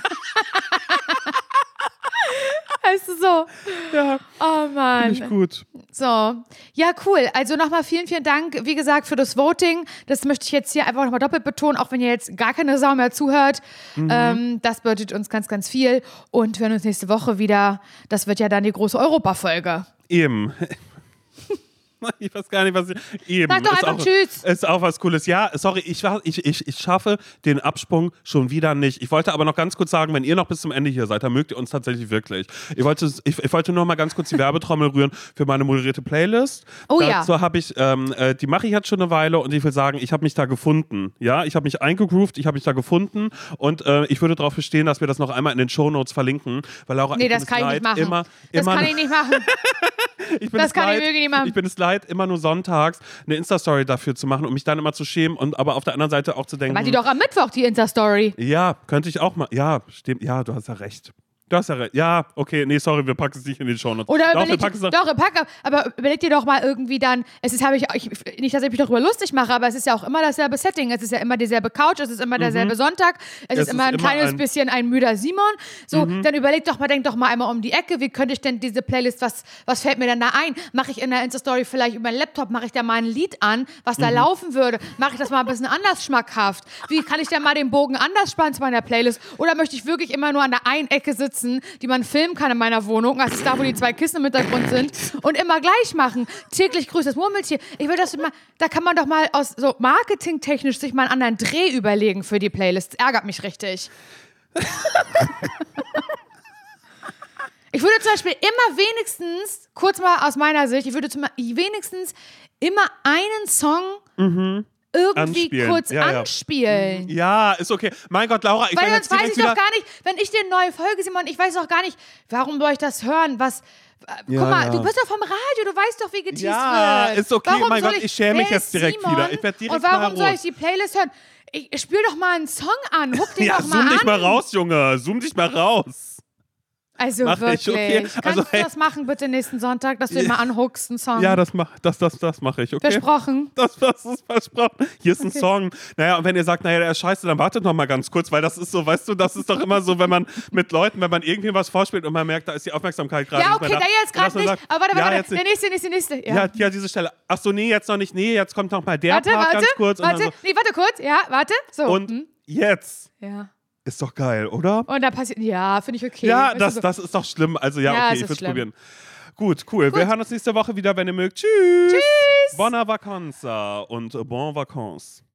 Weißt du so? Ja. Oh Mann. Finde ich gut. So. Ja, cool. Also nochmal vielen, vielen Dank, wie gesagt, für das Voting. Das möchte ich jetzt hier einfach nochmal doppelt betonen, auch wenn ihr jetzt gar keine Sau mehr zuhört. Das bedeutet uns ganz, ganz viel. Und wir hören uns nächste Woche wieder. Das wird ja dann die große Europa-Folge. Eben. Ich weiß gar nicht, was ich... Eben. Sag doch einfach Tschüss. Ist auch was Cooles. Ja, sorry, ich schaffe den Absprung schon wieder nicht. Ich wollte aber noch ganz kurz sagen, wenn ihr noch bis zum Ende hier seid, dann mögt ihr uns tatsächlich wirklich. Ich wollte nur mal ganz kurz die Werbetrommel rühren für meine moderierte Playlist. Oh Dazu ja. habe ich, die mache ich jetzt schon eine Weile und ich will sagen, ich habe mich da gefunden. Ja, ich habe mich eingegroovt, ich habe mich da gefunden und ich würde darauf bestehen, dass wir das noch einmal in den Shownotes verlinken. Weil Laura, das kann ich nicht machen. Das kann ich nicht machen. Das kann ich wirklich nicht machen. Ich bin es leid, immer nur sonntags eine Insta-Story dafür zu machen und mich dann immer zu schämen und aber auf der anderen Seite auch zu denken... Mach die doch am Mittwoch, die Insta-Story. Ja, könnte ich auch mal... Ja, stimmt. Ja, du hast ja recht. Du hast ja recht. Ja, okay, nee, sorry, wir packen es nicht in den Shownotes. Oder aber überleg dir doch mal irgendwie dann, nicht, dass ich mich darüber lustig mache, aber es ist ja auch immer dasselbe Setting, es ist ja immer dieselbe Couch, es ist immer derselbe Sonntag, es ist immer ein kleines bisschen ein müder Simon. So, dann denk doch mal einmal um die Ecke, wie könnte ich denn diese Playlist, was fällt mir denn da ein? Mache ich in der Insta-Story vielleicht über den Laptop, mache ich da mal ein Lied an, was da laufen würde? Mache ich das mal ein bisschen anders schmackhaft? Wie kann ich denn mal den Bogen anders spannen zu meiner Playlist? Oder möchte ich wirklich immer nur an der einen Ecke sitzen, die man filmen kann in meiner Wohnung, das ist da, wo die 2 Kissen im Hintergrund sind, und immer gleich machen. Täglich grüßt das Murmeltier. Ich will das mal, da kann man doch mal aus so marketingtechnisch sich mal einen anderen Dreh überlegen für die Playlist. Ärgert mich richtig. Ich würde zum Beispiel immer wenigstens, kurz mal aus meiner Sicht, wenigstens immer einen Song irgendwie kurz anspielen. Ja, ist okay. Mein Gott, Laura, weil sonst weiß ich doch gar nicht, wenn ich dir eine neue Folge, Simon, ich weiß doch gar nicht, warum soll ich das hören, guck mal, du bist doch vom Radio, du weißt doch, wie geteased wird. Ja, ist okay, warum mein Gott, ich schäme mich jetzt direkt Simon? wieder. Ich werde direkt und warum soll ich die Playlist hören? Ich spiel doch mal einen Song an, huck den doch mal an. Zoom dich mal raus, Junge, zoom dich mal raus. Also mach wirklich. Okay. Kannst du das machen bitte nächsten Sonntag, dass du ihn mal anhuckst, einen Song? Ja, das mache ich, okay? Versprochen. Das ist versprochen. Hier ist ein Song. Naja, und wenn ihr sagt, naja, der ist scheiße, dann wartet noch mal ganz kurz, weil das ist so, weißt du, das ist doch immer so, wenn man mit Leuten, wenn man irgendwie was vorspielt und man merkt, da ist die Aufmerksamkeit gerade nicht mehr da. Ja, okay, der jetzt gerade nicht. Sagt, aber warte, der nächste. Ja, diese Stelle. Ach so, nee, jetzt noch nicht. Nee, jetzt kommt noch mal der Part ganz kurz. Warte kurz. Ja, warte. So. Und jetzt. Ja. Ist doch geil, oder? Und da passiert, ja, finde ich okay. Ja, das ist doch schlimm. Also ja, okay, ich würde es probieren. Gut, cool. Wir hören uns nächste Woche wieder, wenn ihr mögt. Tschüss. Tschüss. Buona vacanza und bon vacances.